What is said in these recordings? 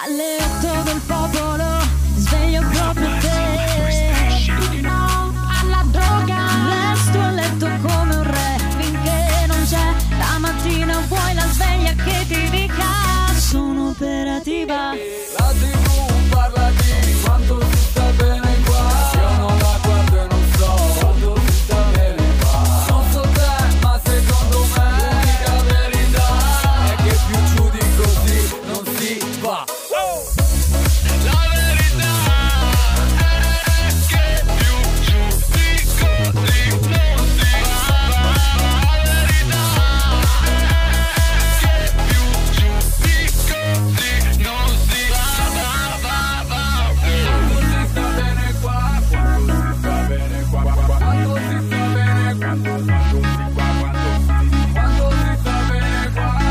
Alle 8 del popolo, sveglio proprio te. No, alla droga, resto a letto come un re. Finché non c'è la mattina, vuoi la sveglia che ti dica sono operativa. La TV parla di quanto si sta bene qua. Io non la guardo e non so quanto si sta bene qua. Non so te, ma secondo me l'unica verità è che più giù di così non si va. La verità è che più giù di così non si va. La verità è che più giù di così non si va. Quando si sta bene qua, quando si sta bene qua, quando si sta bene, quando si sta bene qua, quando si sta bene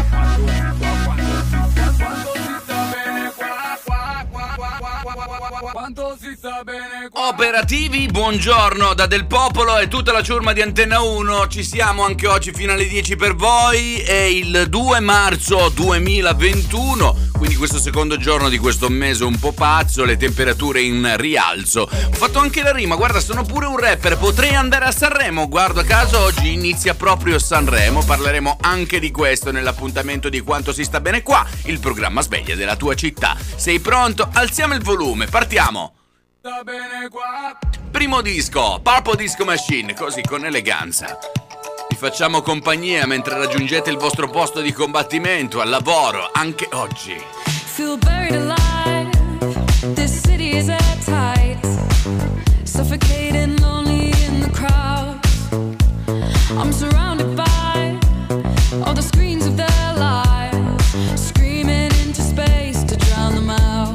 qua, quando si sta bene qua. Operativi, buongiorno da Del Popolo e tutta la ciurma di Antenna 1. Ci siamo anche oggi fino alle 10 per voi. È il 2 marzo 2021, quindi questo secondo giorno di questo mese un po' pazzo, le temperature in rialzo. Ho fatto anche la rima, guarda, sono pure un rapper, potrei andare a Sanremo. Guarda caso oggi inizia proprio Sanremo, parleremo anche di questo nell'appuntamento di Quanto si sta bene qua, il programma sveglia della tua città. Sei pronto? Alziamo il volume, partiamo! Sta bene qua. Primo disco, Purple Disco Machine, così con eleganza. Vi facciamo compagnia mentre raggiungete il vostro posto di combattimento, al lavoro, anche oggi. Feel buried alive. This city is at tight. Suffocating, lonely in the crowd. I'm surrounded by all the screens of their lives, screaming into space to drown them out.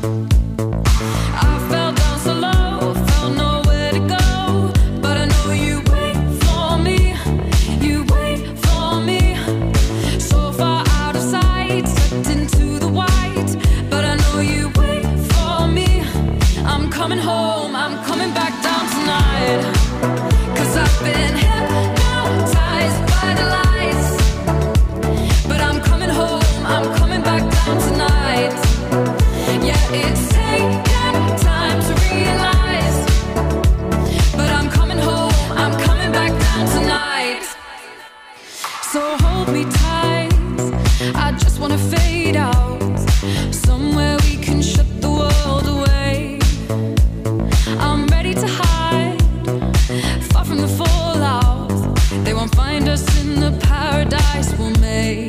I fell down so low, felt nowhere to go, but I know you wait for me, you wait for me. So far out of sight, sucked into the white, but I know you wait for me. I'm coming home, I'm coming back down tonight, 'cause I've been hypnotized by the lights. But I'm coming home, I'm coming back down tonight. Yeah, it's taken time to realize, but I'm coming home, I'm coming back down tonight. So hold me tight, I just wanna fade out, somewhere we can shut the world away. I'm ready to hide, far from the fallout. They won't find us in the paradise we'll make.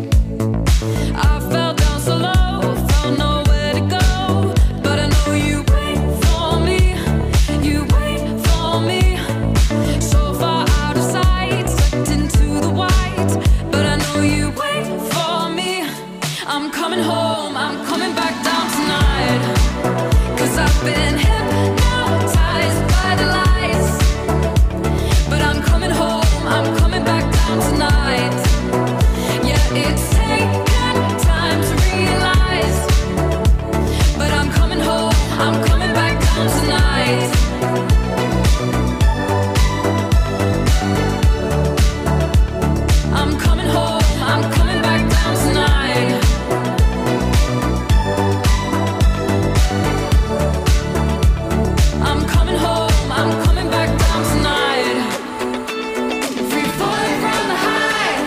I fell down so low, felt nowhere to go, but I know you wait for me, you wait for me. So far out of sight, sucked into the white, but I know you wait for me. I'm coming home, I'm coming back down tonight, 'cause I've been hypnotized by the lights. But I'm coming home, I'm coming back down tonight. Yeah, it's taken time to realize, but I'm coming home, I'm coming back down tonight. I'm coming home, I'm coming back down tonight. I'm coming home, I'm coming back down tonight. Free falling from the high,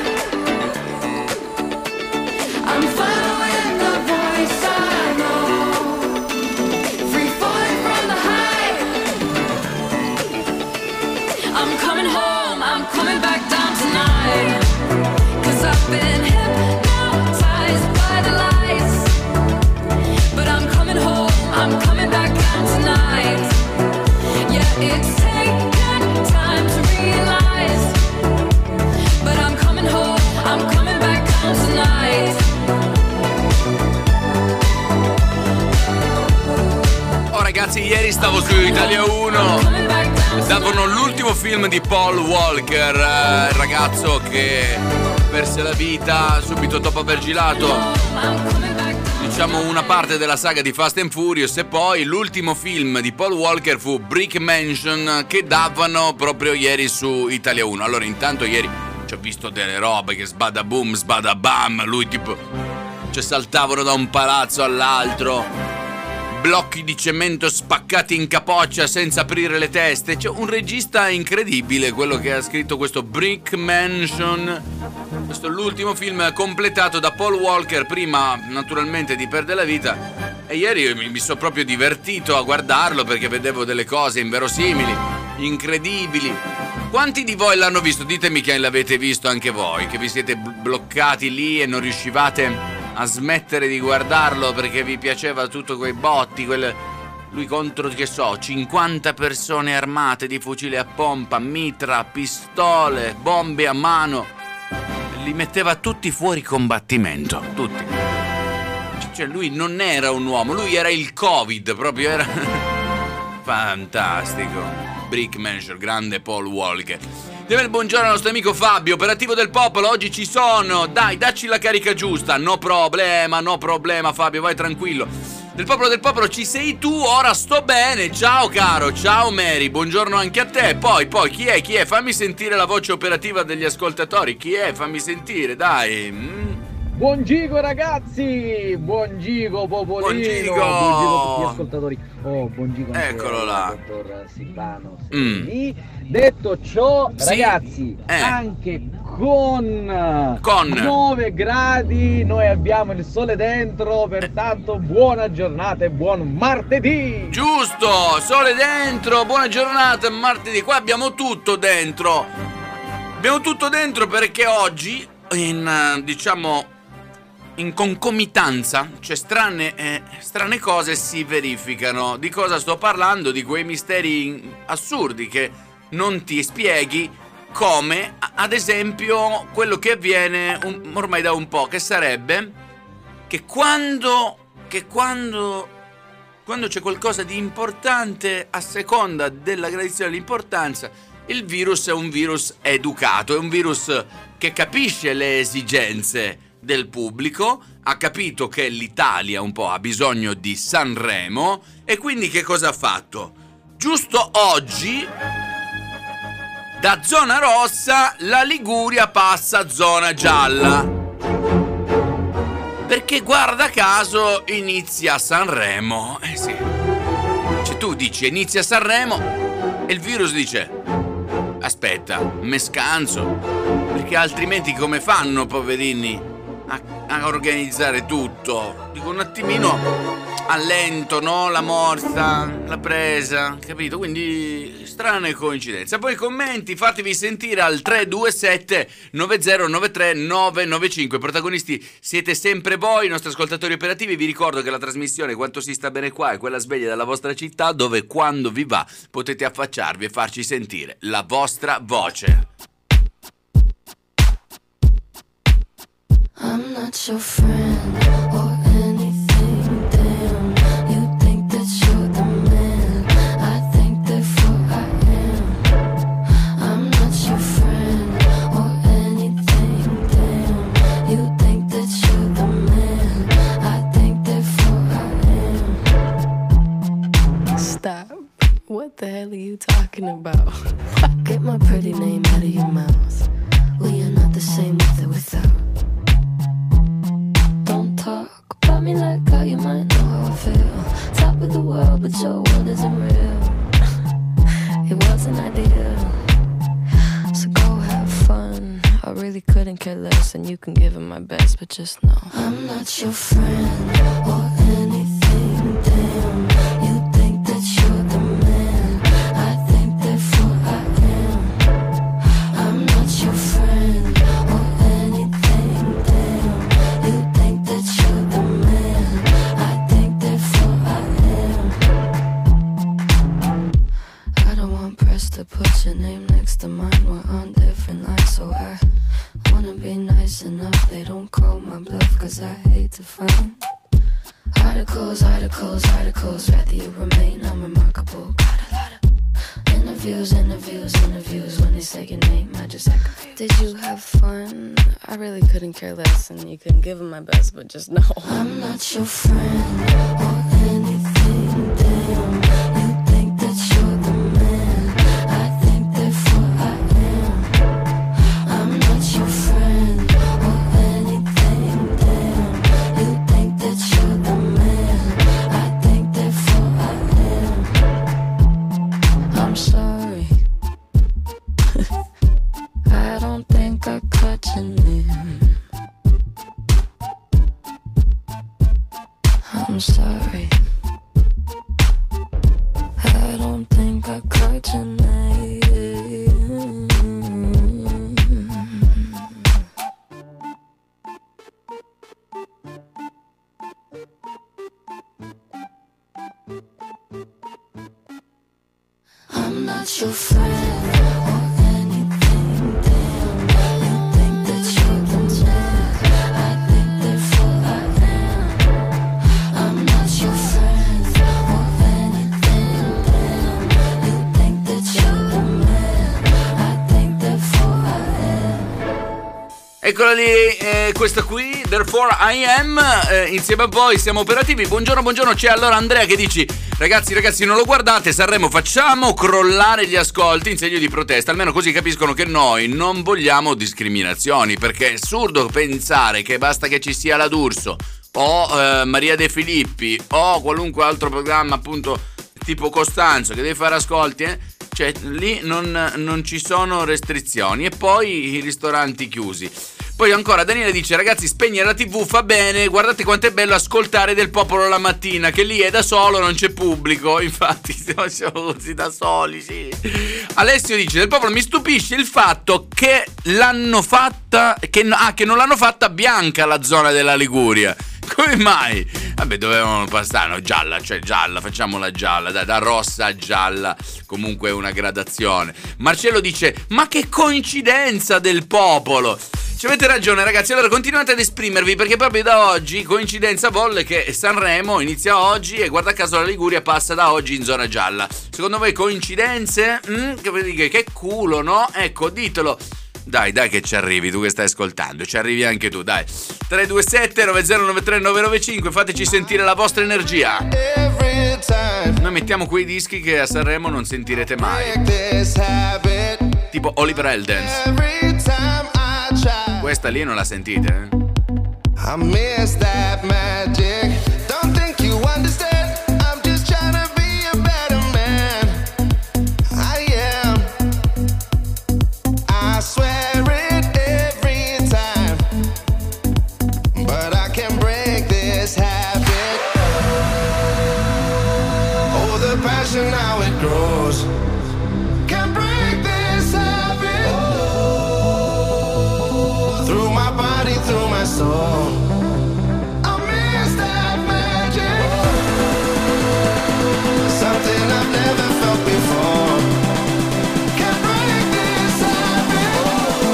I'm following the voice I know. Free falling from the high, I'm coming home, I'm coming back down tonight, 'cause I've been hypnotized by the lights. But I'm coming home, I'm coming back down tonight. Yeah, it's taken time to realize, but I'm coming home, I'm coming back down tonight. Oh ragazzi, ieri stavo su Italia 1, davano l'ultimo film di Paul Walker, il ragazzo che perse la vita subito dopo aver girato, diciamo, una parte della saga di Fast and Furious, e poi l'ultimo film di Paul Walker fu Brick Mansion, che davano proprio ieri su Italia 1. Allora intanto ieri ci ho visto delle robe che sbada boom, sbada bam, lui tipo cioè saltavano da un palazzo all'altro, blocchi di cemento spaccati in capoccia senza aprire le teste. C'è un regista incredibile, quello che ha scritto questo Brick Mansion. Questo è l'ultimo film completato da Paul Walker prima naturalmente di perdere la vita, e ieri mi sono proprio divertito a guardarlo perché vedevo delle cose inverosimili, incredibili. Quanti di voi l'hanno visto? Ditemi che l'avete visto anche voi, che vi siete bloccati lì e non riuscivate a smettere di guardarlo perché vi piaceva tutto quei botti, lui contro, che so, 50 persone armate di fucile a pompa, mitra, pistole, bombe a mano. Li metteva tutti fuori combattimento, tutti. Cioè lui non era un uomo, lui era il Covid, proprio era fantastico. Brick Mansion, grande Paul Walker. Diamo il buongiorno al nostro amico Fabio, operativo del popolo. Oggi ci sono, dai, dacci la carica giusta. No problema Fabio, vai tranquillo. Del popolo ci sei tu, ora sto bene. Ciao caro, ciao Mary, buongiorno anche a te. Poi chi è? Fammi sentire la voce operativa degli ascoltatori. Chi è? Fammi sentire, dai. Buongigo ragazzi, buongigo popolino, buongigo a tutti gli ascoltatori. Buongigo anche eccolo là, dottor Silvano lì. Detto ciò, sì, ragazzi, anche con 9 gradi noi abbiamo il sole dentro, pertanto buona giornata e buon martedì. Giusto, sole dentro, buona giornata, martedì. Qua abbiamo tutto dentro. Abbiamo tutto dentro perché oggi in concomitanza, cioè strane cose si verificano. Di cosa sto parlando? Di quei misteri assurdi che non ti spieghi, come ad esempio quello che avviene ormai da un po', che sarebbe che quando c'è qualcosa di importante, a seconda della gradazione dell'importanza, il virus è un virus educato, è un virus che capisce le esigenze del pubblico, ha capito che l'Italia un po' ha bisogno di Sanremo, e quindi che cosa ha fatto? Giusto oggi da zona rossa la Liguria passa a zona gialla, perché guarda caso inizia Sanremo. Sì, cioè tu dici inizia Sanremo e il virus dice aspetta, me scanso, perché altrimenti come fanno poverini a organizzare tutto? Dico un attimino allento, no? La morsa, la presa, capito? Quindi strane coincidenze. Poi commenti, fatevi sentire al 327 9093 995. Protagonisti siete sempre voi, i nostri ascoltatori operativi. Vi ricordo che la trasmissione Quanto si sta bene qua è quella sveglia della vostra città, dove quando vi va potete affacciarvi e farci sentire la vostra voce. I'm not your friend or anything, damn. You think that you're the man, I think therefore I am. I'm not your friend or anything, damn. You think that you're the man, I think therefore I am. Stop. What the hell are you talking about? Get my pretty name out of your mouth. We are not the same with or without. Talk about me like how you might know how I feel. Top of the world, but your world isn't real. It wasn't ideal. So go have fun. I really couldn't care less, and you can give it my best, but just know I'm not your friend or anything, damn. You think that you're the man, I think therefore I am. I'm not your friend or anything, damn. You think that you're the man, I think therefore I am. I don't want press to put your name next to mine. We're on different lines, so I wanna be nice enough they don't call my bluff, cause I hate to find articles, rather you remain unremarkable. Got a lot of interviews, when they say your name, I just act confused. Did you have fun? I really couldn't care less, and you couldn't give them my best, but just know I'm not your friend or anything, damn. You think that you're the man, I think therefore I am. I'm not your friend or anything, damn. You I'm sorry. I don't think I cried tonight. I'm not your friend or anything, damn. You think that you're the man, I think therefore I am. I'm not your friend or anything, damn. You think that you're the man, I think therefore I am. Eccola lì, questa qui, Therefore I Am, insieme a voi siamo operativi. Buongiorno, buongiorno, c'è allora Andrea che dici: ragazzi non lo guardate, Sanremo, facciamo crollare gli ascolti in segno di protesta, almeno così capiscono che noi non vogliamo discriminazioni, perché è assurdo pensare che basta che ci sia la D'Urso o Maria De Filippi o qualunque altro programma appunto tipo Costanzo che deve fare ascolti, cioè lì non ci sono restrizioni, e poi i ristoranti chiusi. Poi ancora Daniele dice: ragazzi, spegnere la TV fa bene, guardate quanto è bello ascoltare Del Popolo la mattina, che lì è da solo, non c'è pubblico, infatti siamo così da soli, sì. Alessio dice: Del Popolo, mi stupisce il fatto che l'hanno fatta, che non l'hanno fatta bianca la zona della Liguria. Come mai? Vabbè, dovevano passare, no, gialla, cioè gialla, facciamola gialla, da rossa a gialla, comunque è una gradazione. Marcello dice: ma che coincidenza Del Popolo! Ci avete ragione ragazzi, allora continuate ad esprimervi, perché proprio da oggi coincidenza volle che Sanremo inizia oggi e guarda caso la Liguria passa da oggi in zona gialla. Secondo voi coincidenze? Che culo, no? Ecco, ditelo. Dai che ci arrivi, tu che stai ascoltando, ci arrivi anche tu, dai. 327 9093 995, fateci sentire la vostra energia. Noi mettiamo quei dischi che a Sanremo non sentirete mai, tipo Oliver Heldens. Questa lì non la sentite, I miss that magic. Don't think you understand. I'm just trying to be a better man. I am. I swear it every time, but I can't break this habit. Oh, the passion, how it grows. Can't break this habit. Through my body, through my soul. I miss that magic. Something I've never felt before. Can't break this habit.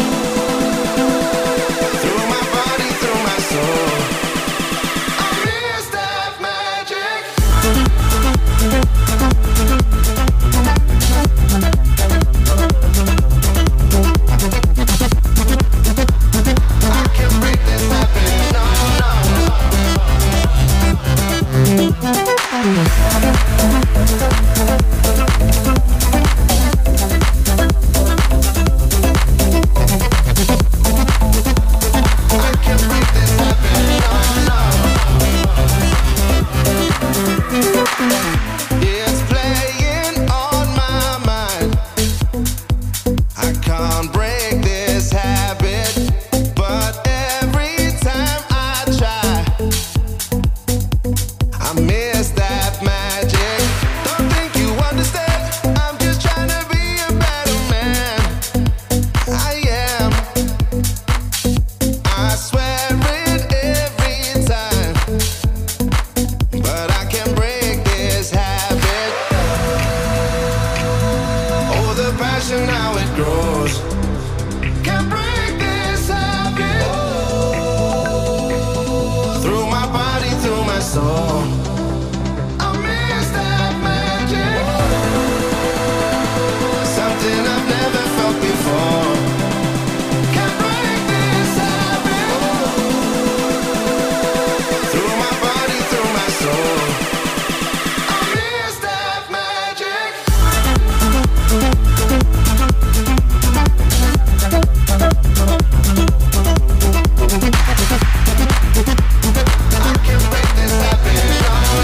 Through my body, through my soul. I miss that magic. I can't break this habit, no, I can't break this habit, no. It's playing on my mind. I can't break this habit, but every time I try, I miss that magic. Don't think you understand. I'm just trying to be a better man. I am. I swear it every time, but I can't break this habit. Oh, the passion, how it grows. Can't break this habit. Through my body, through my soul. I miss that magic. Something I've never felt before. Can't break this habit. Through my body, through my soul. I miss that magic. I can't break this habit.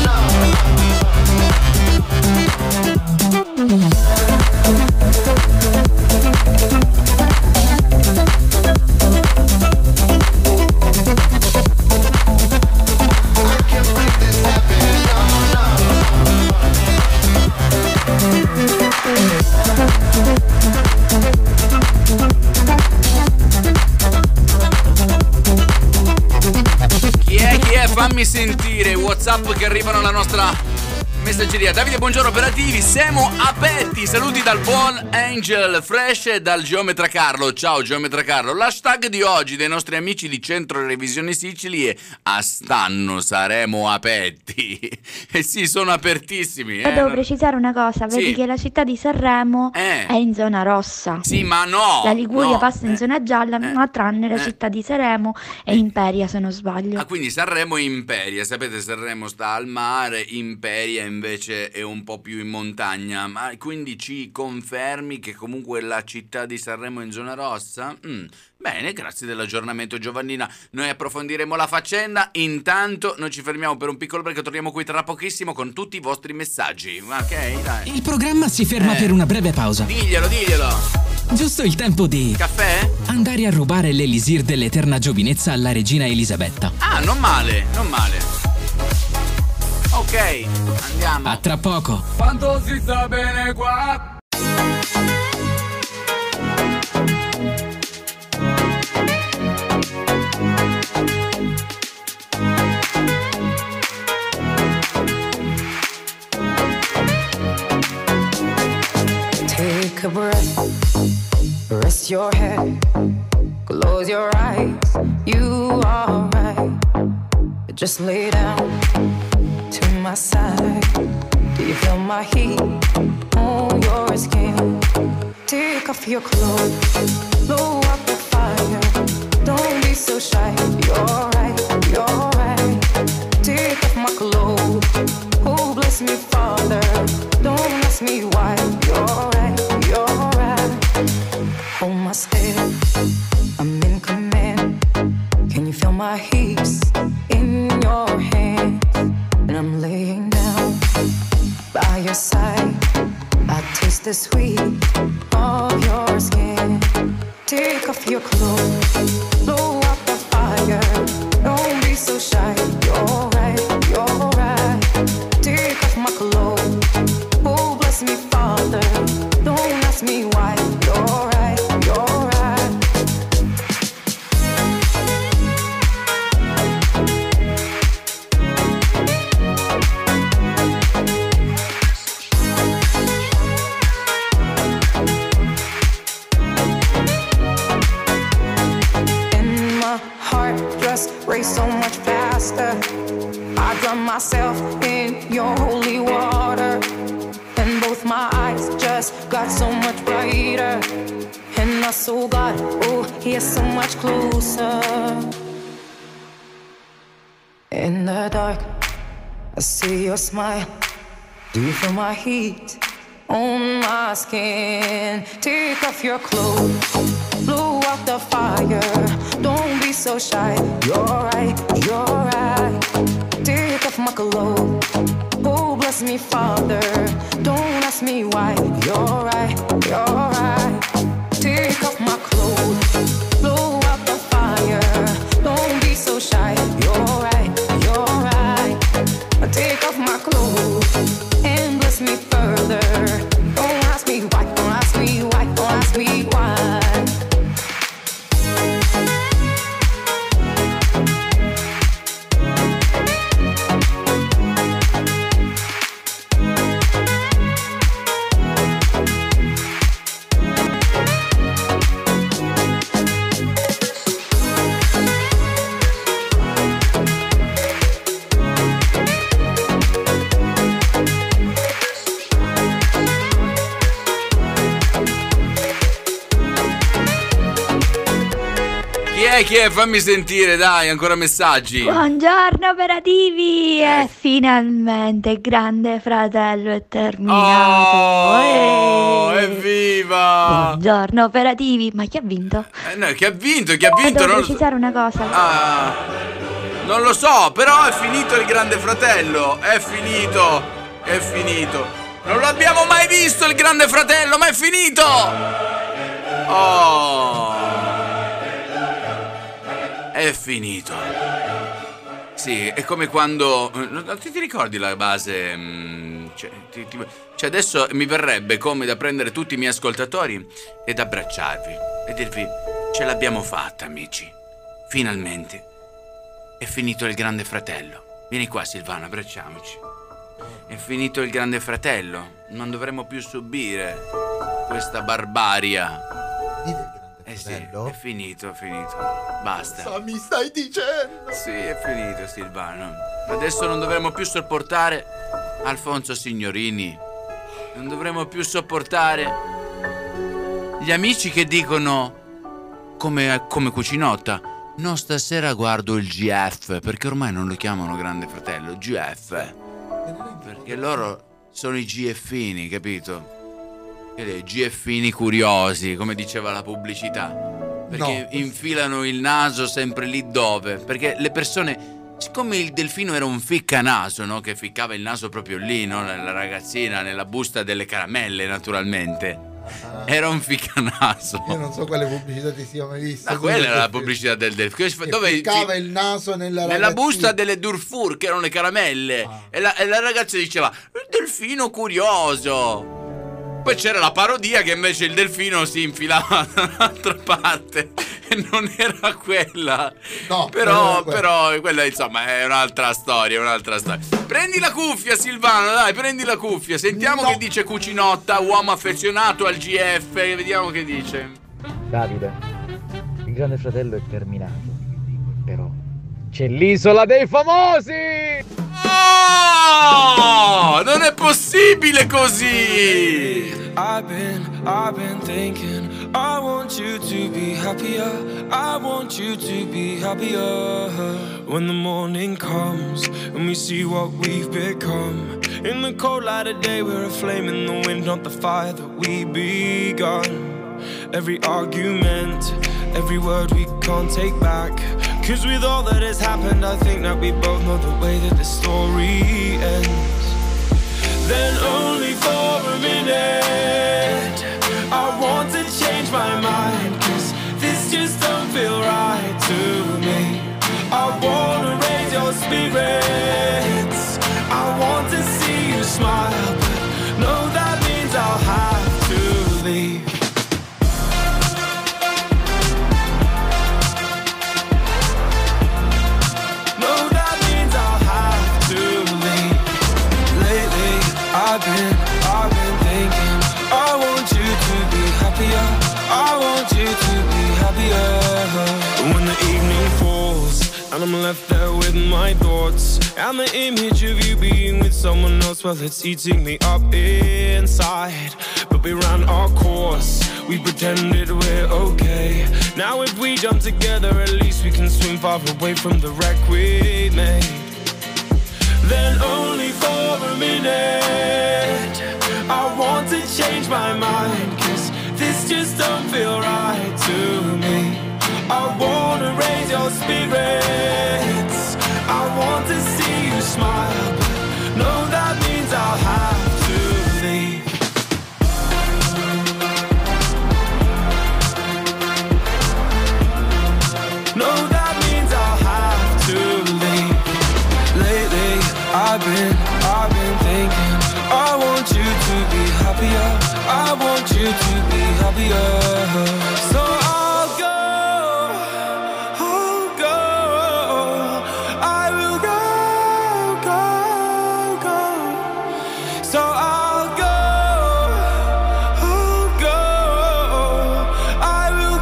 WhatsApp che arrivano alla nostra messaggeria. Davide, buongiorno operativi, siamo aperti. Saluti dal buon Angel Fresh e dal Geometra Carlo. Ciao Geometra Carlo. L'hashtag di oggi dei nostri amici di Centro Revisione Sicily è a stanno saremo aperti. E sì, sono apertissimi. Devo precisare una cosa, vedi che la città di Sanremo è in zona rossa. Sì, ma no. La Liguria passa in zona gialla, ma tranne la città di Sanremo e Imperia, se non sbaglio. Ah, quindi Sanremo e Imperia. Sapete, Sanremo sta al mare, Imperia invece è un po' più in montagna. Ma quindi ci confermi che comunque la città di Sanremo è in zona rossa? Bene, grazie dell'aggiornamento Giovannina. Noi approfondiremo la faccenda. Intanto noi ci fermiamo per un piccolo break e torniamo qui tra pochissimo con tutti i vostri messaggi. Ok, dai. Il programma si ferma per una breve pausa. Diglielo. Giusto il tempo di... Caffè? Andare a rubare l'elisir dell'eterna giovinezza alla regina Elisabetta. Ah, non male. Ok, andiamo. A tra poco. Quanto si sta bene qua. Take a breath, rest your head, close your eyes, you are right. Just lay down to my side. Do you feel my heat on your skin? Take off your clothes, blow up the fire. Don't be so shy, you're right. Take off my clothes, oh bless me Father. Don't ask me why, you're right. Hold my step, I'm in command. Can you feel my hips in your hands? And I'm laying down by your side. I taste the sweet of your skin. Take off your clothes, blow up the fire. Don't be so shy, you're right. Take off my clothes, oh bless me Father. Don't ask me why, you're right. Race so much faster. I drown myself in your holy water, and both my eyes just got so much brighter, and my soul got, oh, yeah, so much closer. In the dark, I see your smile. Do you feel my heat on my skin? Take off your clothes, blow out the fire. Don't be so shy, you're right. Take off my clothes, oh bless me Father. Don't ask me why, you're right. Take off my clothes, blow out the fire. Don't be so shy, you're right. Take off my clothes and bless me further. Don't ask me why, don't ask me why. Chi è? Fammi sentire, dai, ancora messaggi. Buongiorno operativi, e finalmente Grande Fratello è terminato. Oh, evviva! Buongiorno operativi, ma chi ha vinto? No, chi ha vinto? Devo non precisare una cosa. Non lo so, però è finito il Grande Fratello. È finito. Non l'abbiamo mai visto il Grande Fratello, ma è finito. È finito. Sì, è come quando... Ti ricordi la base? Cioè adesso mi verrebbe come da prendere tutti i miei ascoltatori ed abbracciarvi e dirvi: ce l'abbiamo fatta, amici. Finalmente è finito il Grande Fratello. Vieni qua Silvano, abbracciamoci. È finito il Grande Fratello, non dovremo più subire questa barbaria. Sì, è finito. Basta. Cosa mi stai dicendo? Sì, è finito Silvano. Adesso non dovremo più sopportare Alfonso Signorini. Non dovremo più sopportare gli amici che dicono come Cucinotta: no, stasera guardo il GF, perché ormai non lo chiamano Grande Fratello, GF. Perché loro sono i GFini, capito? GFini curiosi, come diceva la pubblicità. Perché infilano il naso sempre lì dove? Perché le persone, siccome il delfino era un ficcanaso, no? Che ficcava il naso proprio lì, no? Nella ragazzina, nella busta delle caramelle, naturalmente. Era un ficcanaso. Io non so quale pubblicità ti sia mai vista. Ma quella era la pubblicità del delfino. Dove ficcava il naso nella busta delle Durfour, che erano le caramelle. E la ragazza diceva: il delfino curioso. Poi c'era la parodia che invece il delfino si infilava da un'altra parte e non era quella. No, però quella insomma è un'altra storia. Prendi la cuffia Silvano, dai, prendi la cuffia. Sentiamo che dice Cucinotta, uomo affezionato al GF, vediamo che dice. Davide, il Grande Fratello è terminato, però c'è l'isola dei famosi! Oh, non è possibile così! I've been thinking, I want you to be happier, I want you to be happier. When the morning comes and we see what we've become, in the cold light of day we're a flame in the wind, not the fire that we begun. Every argument, every word we can't take back, 'cause with all that has happened I think that we both know the way that the story ends. Then only for a minute I want to change my mind, 'cause this just don't feel right to me. I wanna raise your spirits, I want to see you smile, but no, that means I'll have to leave. I've been thinking, I want you to be happier, I want you to be happier. When the evening falls and I'm left there with my thoughts, and the image of you being with someone else, well, it's eating me up inside. But we ran our course, we pretended we're okay. Now if we jump together, at least we can swim far away from the wreck we made. Then only for a minute I want to change my mind, 'cause this just don't feel right to me. I wanna raise your spirits, I want to see you smile, but no, that means I'll have to leave. No, that means I'll have to leave. Lately I've been thinking, I want you to be happier, I want you to be happier. So I'll go, I will go. So I'll go, I will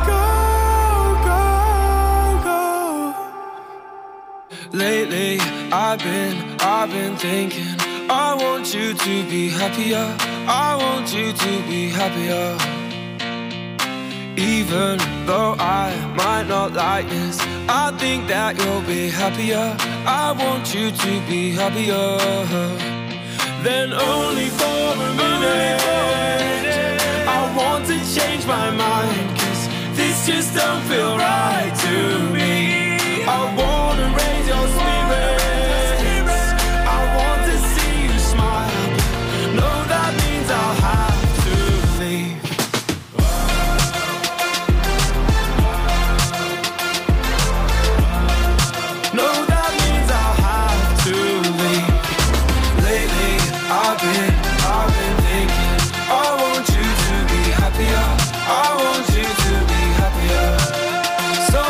go. Lately I've been thinking, I want you to be happier, I want you to be happier. Even though I might not like this, I think that you'll be happier, I want you to be happier. Then only for a minute I want to change my mind, 'cause this just don't feel right to me. I wanna raise your spirits, I want to see you smile, no, that means I'll have to leave. No, that means I'll have to leave. Lately I've been thinking, I want you to be happier, I want you to be happier. So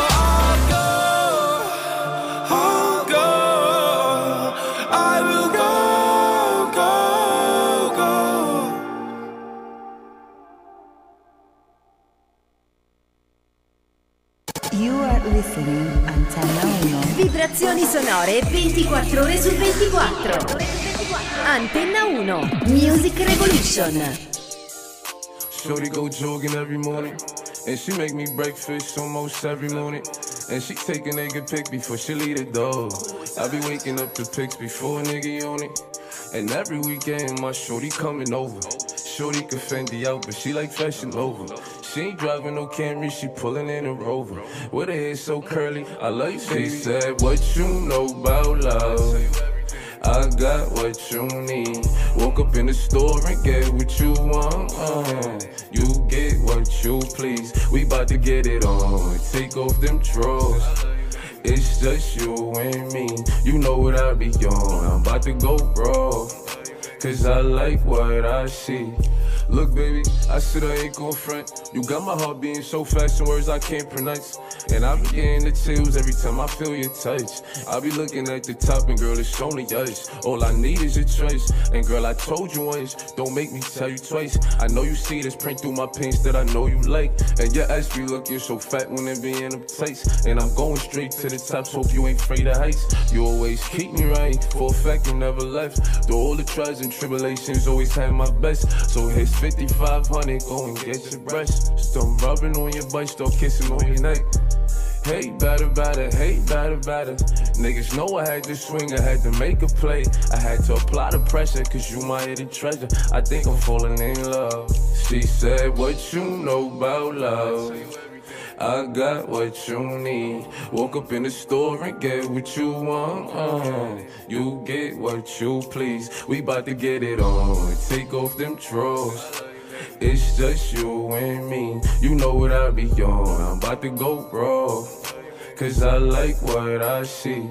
Vibrazioni sonore 24 ore su 24. Antenna 1 Music Revolution. Shorty go jogging every morning, and she make me breakfast almost every morning. And she take a nigga pic before she leave the door. I be waking up to pics before a nigga on it. And every weekend my shorty coming over. Shorty can Fendi out, but she like Fashion Over. She ain't driving no Camry, she pulling in a Rover. With her hair so curly, I like she said, what you know about love? I got what you need. Woke up in the store and get what you want. You get what you please. We bout to get it on. Take off them drawers. It's just you and me. You know what I be on. I'm about to go raw, cause I like what I see. Look, baby, I said I ain't gon' front. You got my heart beating so fast in words I can't pronounce. And I be getting the chills every time I feel your touch. I be looking at the top and girl, it's only us. All I need is your choice. And girl, I told you once, don't make me tell you twice. I know you see this print through my pants that I know you like. And your ass be looking so fat when it be in them tights. And I'm going straight to the top, so hope you ain't afraid of heights. You always keep me right, for a fact you never left. Through all the trials and tribulations, always had my best. So here's 5500, go and get your breast. Start rubbing on your butt, start kissing on your neck. Hate better, hate better. Niggas know I had to swing, I had to make a play. I had to apply the pressure, cause you my hidden treasure. I think I'm falling in love. She said, what you know about love? I got what you need. Woke up in the store and get what you want. You get what you please. We bout to get it on. Take off them drawers. It's just you and me. You know what I be on. I'm about to go raw, cause I like what I see.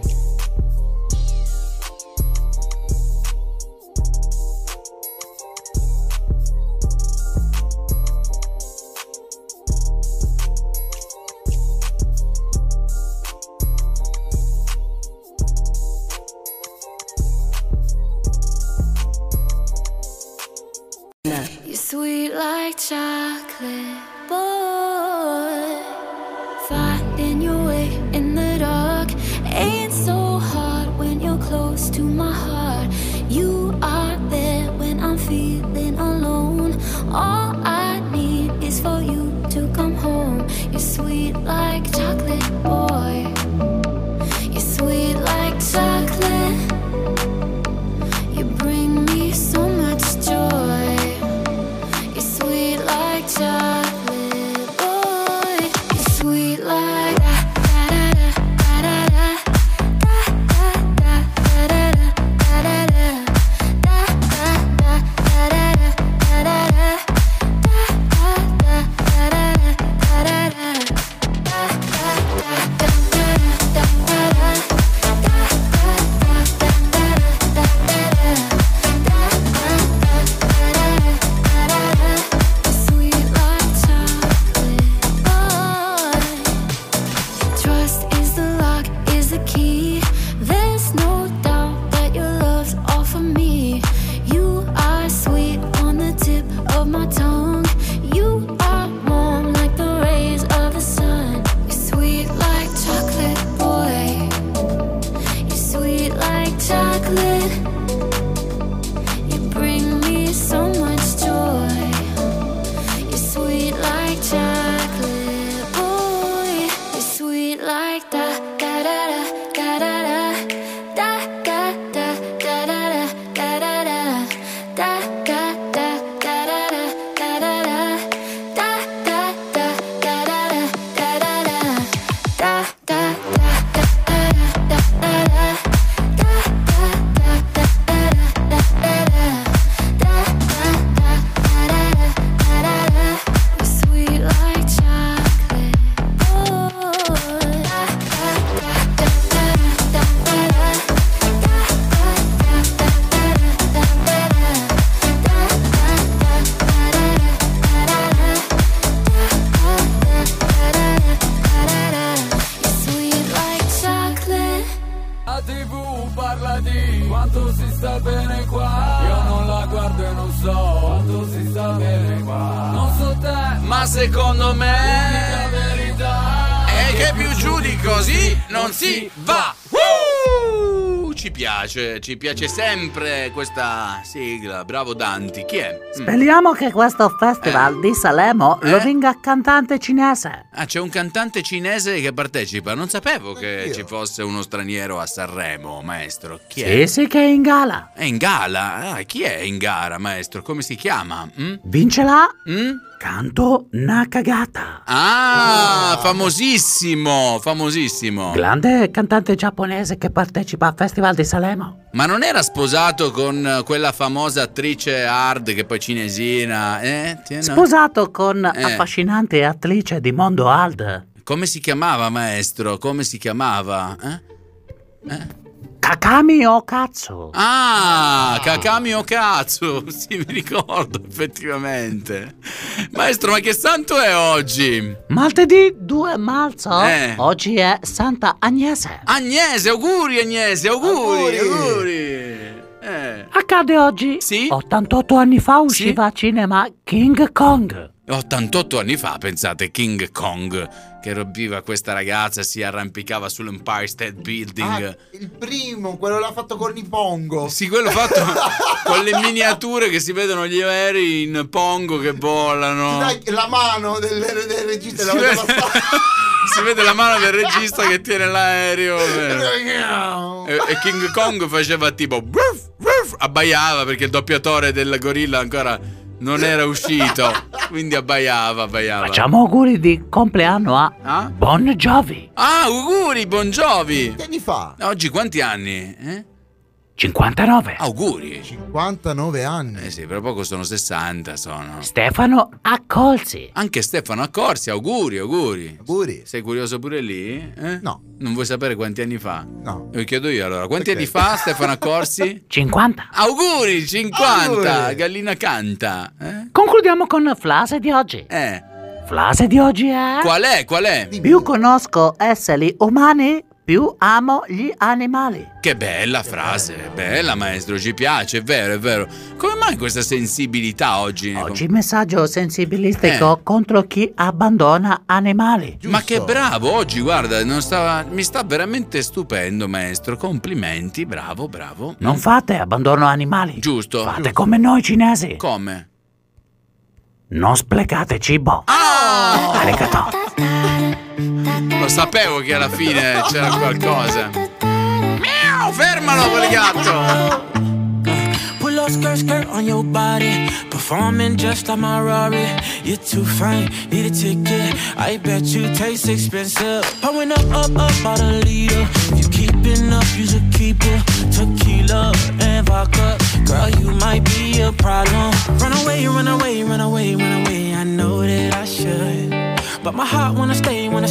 You're sweet like chocolate, boy. Finding your way in the dark ain't so hard when you're close to my heart. You are there when I'm feeling alone. All I need is for you to come home. You're sweet like chocolate, boy. You're sweet like chocolate. You bring me so much joy. Chocolate boy, you're sweet like secondo me è che più giù di così non si va. ci piace sempre questa sigla. Bravo Danti. Chi è? Speriamo che questo festival di Sanremo lo vinga cantante cinese. Ah, c'è un cantante cinese che partecipa. Non sapevo che ci fosse uno straniero a Sanremo, maestro. Chi è? Sì, che è in gala. È in gala? Ah, chi è in gara, maestro? Come si chiama? Vincerà Canto Nakagata. Ah, famosissimo. Grande cantante giapponese che partecipa al Festival di Sanremo. Ma non era sposato con quella famosa attrice hard che poi cinesina? Sposato con affascinante attrice di mondo hard. Come si chiamava, maestro? Come si chiamava? Kakami Okatsu. Ah, Kakami Okatsu. Sì, mi ricordo effettivamente. Maestro, ma che santo è oggi? Martedì 2 marzo. Oggi è Santa Agnese. Agnese, auguri Agnese, auguri. Accade oggi. Sì? 88 anni fa usciva a cinema King Kong. 88 anni fa, pensate, King Kong, che robiva questa ragazza, si arrampicava sull'Empire State Building. Il primo, quello l'ha fatto con i Pongo. Sì, quello fatto con le miniature che si vedono gli aerei in Pongo che volano. Dai, la mano del regista si vede la mano del regista che tiene l'aereo. E King Kong faceva tipo abbaiava perché il doppiatore del gorilla ancora non era uscito, quindi abbaiava. Facciamo auguri di compleanno a Bon Jovi. Ah, auguri Bon Jovi. Quanti anni fa? Oggi quanti anni? 59. Auguri. 59 anni. Sì, per poco sono 60 sono. Stefano Accorsi. Anche Stefano Accorsi, auguri. Sei curioso pure lì? No. Non vuoi sapere quanti anni fa? No. Lo chiedo io allora. Quanti anni fa Stefano Accorsi? 50. Auguri, 50. Auguri. Gallina canta. Concludiamo con la frase di oggi. Frase di oggi è... Qual è? Più conosco esseri umani, più amo gli animali. Che bella frase, bella maestro, ci piace, è vero. Come mai questa sensibilità oggi? Oggi messaggio sensibilistico contro chi abbandona animali. Giusto. Ma che bravo, oggi guarda, mi sta veramente stupendo maestro, complimenti, bravo. Non fate abbandono animali. Giusto. Fate come noi cinesi. Come? Non sprecate cibo. Arigato. Lo sapevo che alla fine c'era qualcosa. Miau, fermalo quel gatto. Pull up skirt on your body, performing just like my Rari. You're too fine, need a ticket. I bet you taste expensive. Pouring up about a liter. If you keeping up, you should keep it. Tequila and vodka, girl, you might be a problem. Run away. I know that I should, but my heart wanna stay now.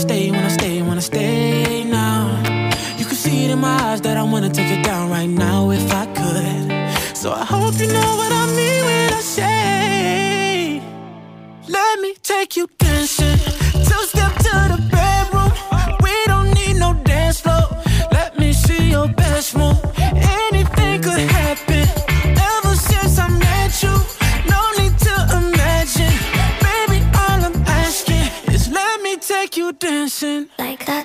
You can see it in my eyes that I wanna take it down right now if I could. So I hope you know what I mean when I say, let me take you dancing. Two-step to the bedroom. We don't need no dance floor. Let me see your best move. Anything could happen. Ever since I met you, no need to imagine. Baby, all I'm asking is let me take you dancing. Like that.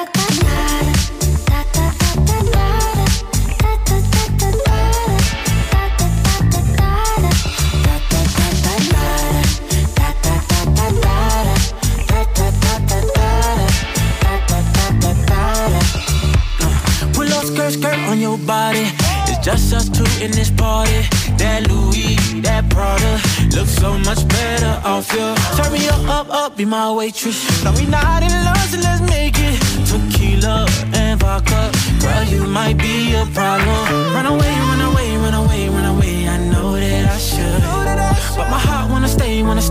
Skirt on your body. It's just us two in this party. That Louis, that Prada looks so much better off you. Turn me up, be my waitress. No, we not in love, so let's make it. Tequila and vodka, girl, you might be a problem. Run away. I know that I should, but my heart wanna stay now.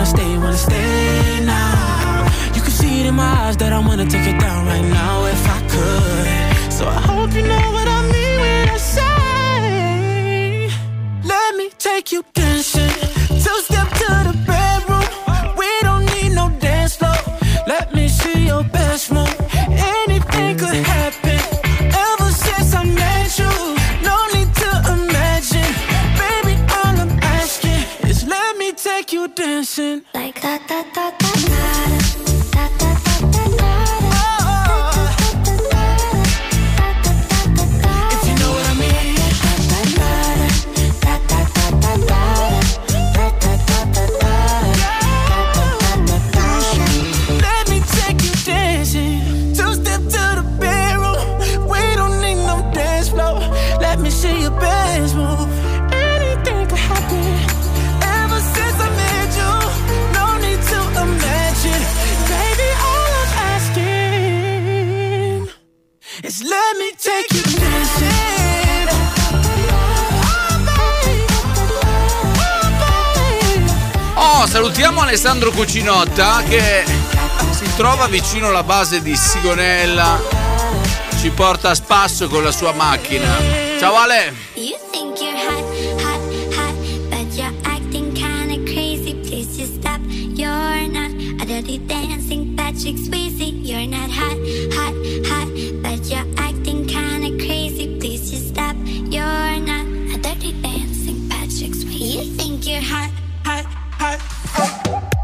You can see it in my eyes that I wanna take it down right now if I could. So I hope you know what I mean when I say, let me take you dancing. Two-step to the bedroom. We don't need no dance floor. Let me see your best move. Anything could happen. Ever since I met you, no need to imagine. Baby, all I'm asking is let me take you dancing. Like that. If you know salutiamo Alessandro Cucinotta che si trova vicino alla base di Sigonella, ci porta a spasso con la sua macchina. Ciao Ale! You think you're hot, hot, hot, but you're acting kinda crazy. Please just stop. You're not a dirty dancing Patrick Swayze. You're not hot, hot, hot, but you're acting kinda crazy. Please just stop. You're not a dirty dancing Patrick Swayze. You think you're hot, hot, hot, hot.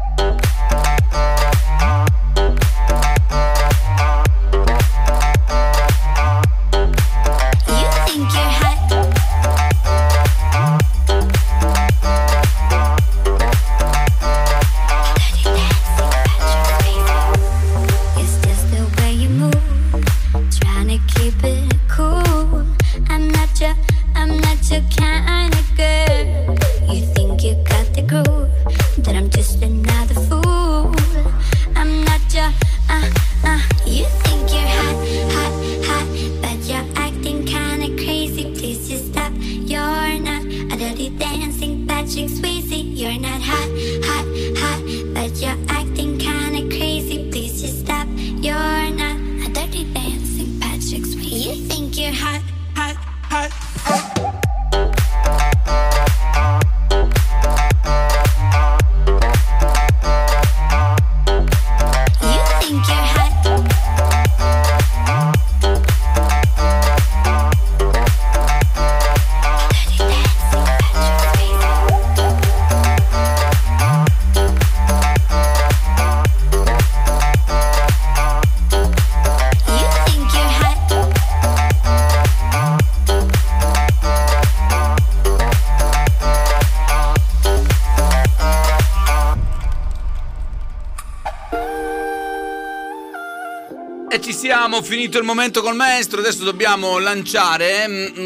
Finito il momento col maestro, adesso dobbiamo lanciare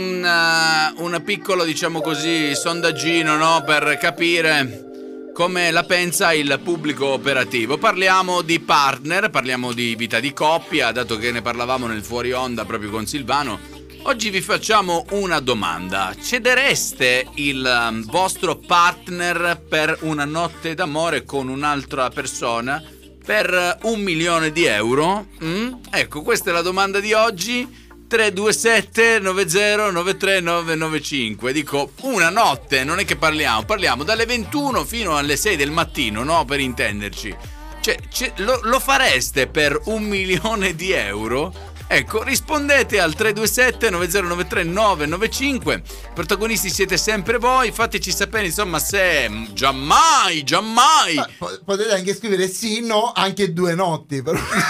una piccola, diciamo così, sondaggino, no? Per capire come la pensa il pubblico operativo. Parliamo di partner, parliamo di vita di coppia, dato che ne parlavamo nel fuori onda proprio con Silvano. Oggi vi facciamo una domanda: cedereste il vostro partner per una notte d'amore con un'altra persona per 1 milione di euro? Ecco, questa è la domanda di oggi. 327 90 93 995. Dico, una notte, non è che parliamo dalle 21 fino alle 6 del mattino, no? Per intenderci. Cioè, lo fareste per 1 milione di euro? Ecco, rispondete al 327 90 93 995. Protagonisti siete sempre voi. Fateci sapere, insomma, se giammai. Potete anche scrivere sì, no, anche 2 notti.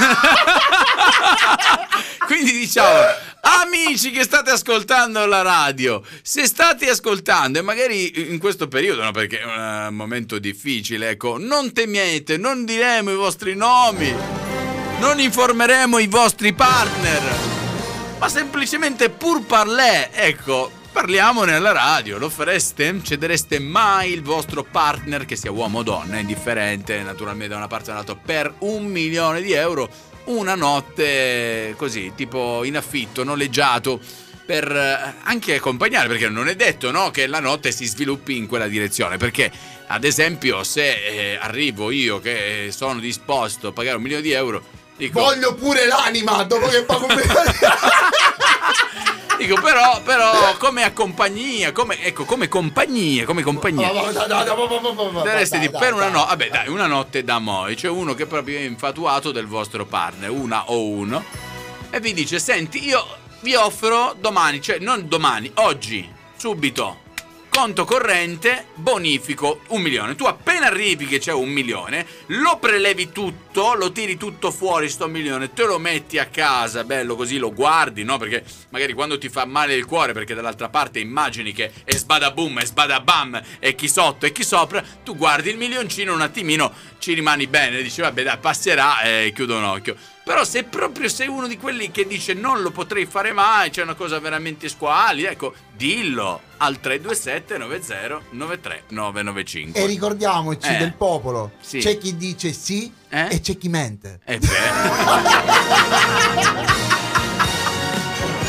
Quindi diciamo, amici che state ascoltando la radio, se state ascoltando e magari in questo periodo, no, perché è un momento difficile, ecco, non temete, non diremo i vostri nomi, non informeremo i vostri partner, ma semplicemente pur parler, ecco, parliamone alla radio. Lo fareste? Cedereste mai il vostro partner, che sia uomo o donna, è indifferente, naturalmente, da una parte o dall'altra, per 1 milione di euro, una notte così, tipo in affitto, noleggiato, per anche accompagnare, perché non è detto, no, che la notte si sviluppi in quella direzione, perché ad esempio se arrivo io che sono disposto a pagare 1 milione di euro, dico, voglio pure l'anima dopo che pago dico, però come compagnia, come compagnia. Daresti di per una notte, vabbè dai, una notte da moi, c'è uno che proprio è infatuato del vostro partner, una o uno, e vi dice, senti, io vi offro domani, cioè non domani, oggi, subito, conto corrente, bonifico 1 milione. Tu appena arrivi che c'è 1 milione, lo prelevi tutto, lo tiri tutto fuori sto 1 milione, te lo metti a casa, bello così, lo guardi, no? Perché magari quando ti fa male il cuore, perché dall'altra parte immagini che è sbadabum, è sbadabam, e chi sotto e chi sopra, tu guardi il milioncino, un attimino ci rimani bene, dici vabbè dai, passerà, e chiudo un occhio. Però se proprio sei uno di quelli che dice non lo potrei fare mai, c'è una cosa veramente squali, ecco, dillo al 327 90 93 995. E ricordiamoci del popolo, sì. C'è chi dice sì e c'è chi mente. Tra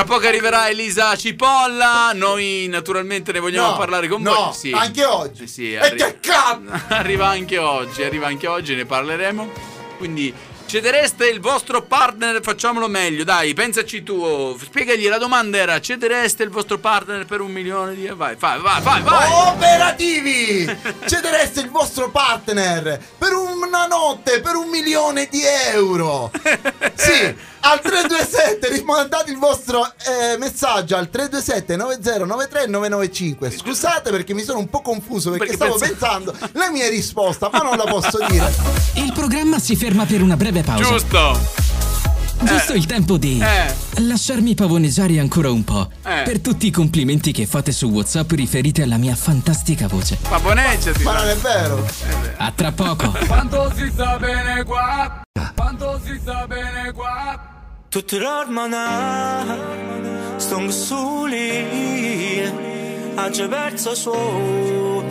poco arriverà Elisa Cipolla. Noi naturalmente ne vogliamo parlare con voi. Sì. Anche oggi. Sì, e che cazzo! Arriva anche oggi, ne parleremo. Quindi cedereste il vostro partner? Facciamolo meglio, dai, pensaci tu. Spiegagli, la domanda era: cedereste il vostro partner per 1 milione di euro? Vai. Operativi! Cedereste il vostro partner per una notte, per 1 milione di euro? Sì, al 327 mandate il vostro messaggio al 327 9093 995. Scusate perché mi sono un po' confuso perché stavo pensando la mia risposta, ma non la posso dire. Il programma si ferma per una breve pausa. Giusto il tempo di lasciarmi pavoneggiare ancora un po' per tutti i complimenti che fate su WhatsApp riferiti alla mia fantastica voce. Pavoneggiati. Ma non è vero. A tra poco. Quanto si sta bene qua. Quanto si sta bene qua. Tutti l'ormana stongo soli. Ha già perso suono.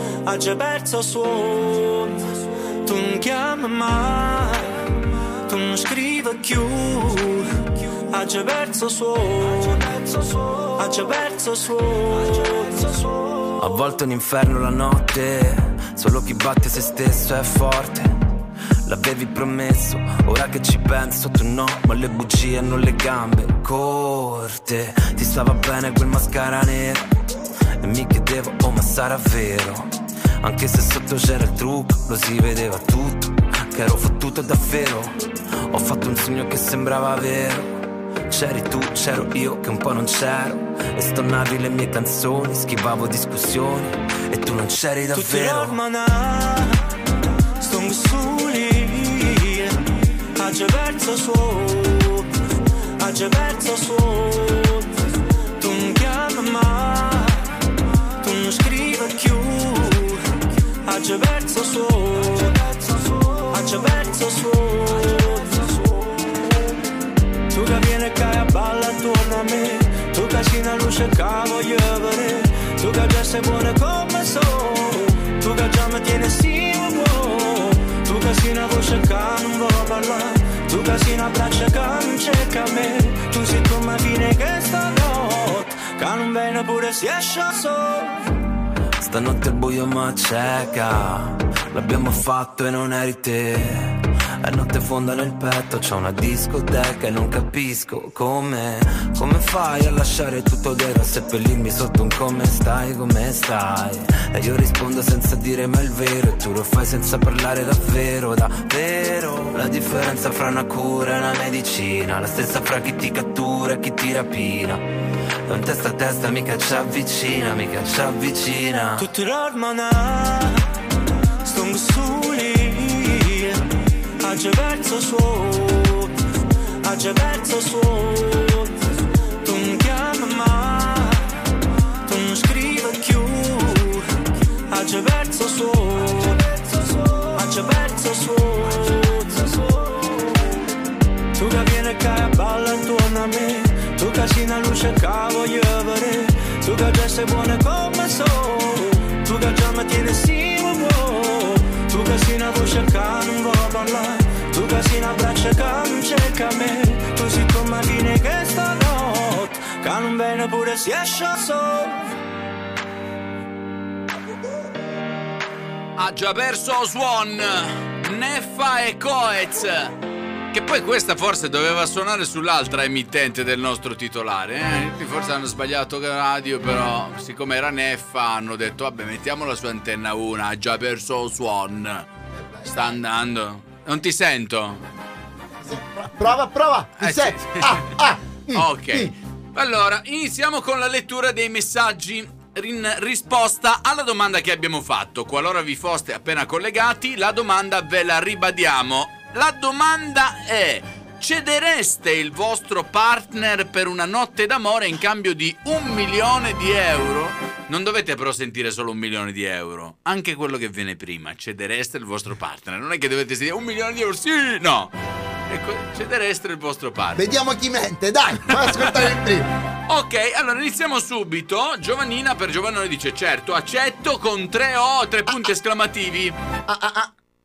Tu non chiami mai. Tu non scrivi più. Ha già perso suono. A volte è un inferno la notte. Solo chi batte se stesso è forte. L'avevi promesso, ora che ci penso tu no. Ma le bugie hanno le gambe corte. Ti stava bene quel mascara nero e mi chiedevo, oh ma sarà vero? Anche se sotto c'era il trucco, lo si vedeva tutto, che ero fottuto davvero. Ho fatto un sogno che sembrava vero. C'eri tu, c'ero io che un po' non c'ero. E stonavi le mie canzoni, schivavo discussioni e tu non c'eri davvero. Stongo soli. Ha già perso suono. Tu non chiami mai. Tu non scrivi più. Ha già perso suono. Tu che vieni e cai a balla attorno a me. Tu che sei una luce che voglio vedere. Tu che già sei buona come so. Tu che già mi tieni simile. Tu che sei una voce che non vuoi parlare. Tu che sei una braccia che non cerca me. Tu sei come fine che stanotte che non viene pure si esce solo. Stanotte il buio mi cieca. L'abbiamo fatto e non eri te. E notte fonda nel petto, c'ho una discoteca e non capisco come fai a lasciare tutto vero, a seppellirmi sotto un come stai. E io rispondo senza dire mai il vero e tu lo fai senza parlare davvero. La differenza fra una cura e una medicina, la stessa fra chi ti cattura e chi ti rapina. Da un testa a testa mica ci avvicina. Tutti l'ormana stongo soli. Ha già perso suono. Tu non chiami mai. Tu non scrivi più. Ha già perso suono. Tu che vieni e cai a balla attorno a me. Tu che sei una luce che voglio vedere. Tu che già sei buona come so. Tu che già mi tieni simile. Tu che sei una voce che non vuoi parlare. Tu che sei una braccia che non cerca me. Tu sei come fine che stanotte che non viene pure si esce solo. Ha già perso Swan, Neffa e Coez. Che poi questa forse doveva suonare sull'altra emittente del nostro titolare, Forse hanno sbagliato radio, però siccome era Neffa hanno detto vabbè mettiamola su Antenna 1. Ha già perso Swan. Sta andando. Non ti sento. Prova. Ok. Allora, iniziamo con la lettura dei messaggi in risposta alla domanda che abbiamo fatto. Qualora vi foste appena collegati, la domanda ve la ribadiamo. La domanda è: cedereste il vostro partner per una notte d'amore in cambio di 1 milione di euro? Non dovete però sentire solo 1 milione di euro, anche quello che viene prima. Cedereste il vostro partner. Non è che dovete sentire 1 milione di euro, sì, no. Ecco, cedereste il vostro partner. Vediamo chi mente, dai, fai ascoltare il primo. Ok, allora iniziamo subito. Giovannina per Giovannone dice certo, accetto con 3 punti esclamativi.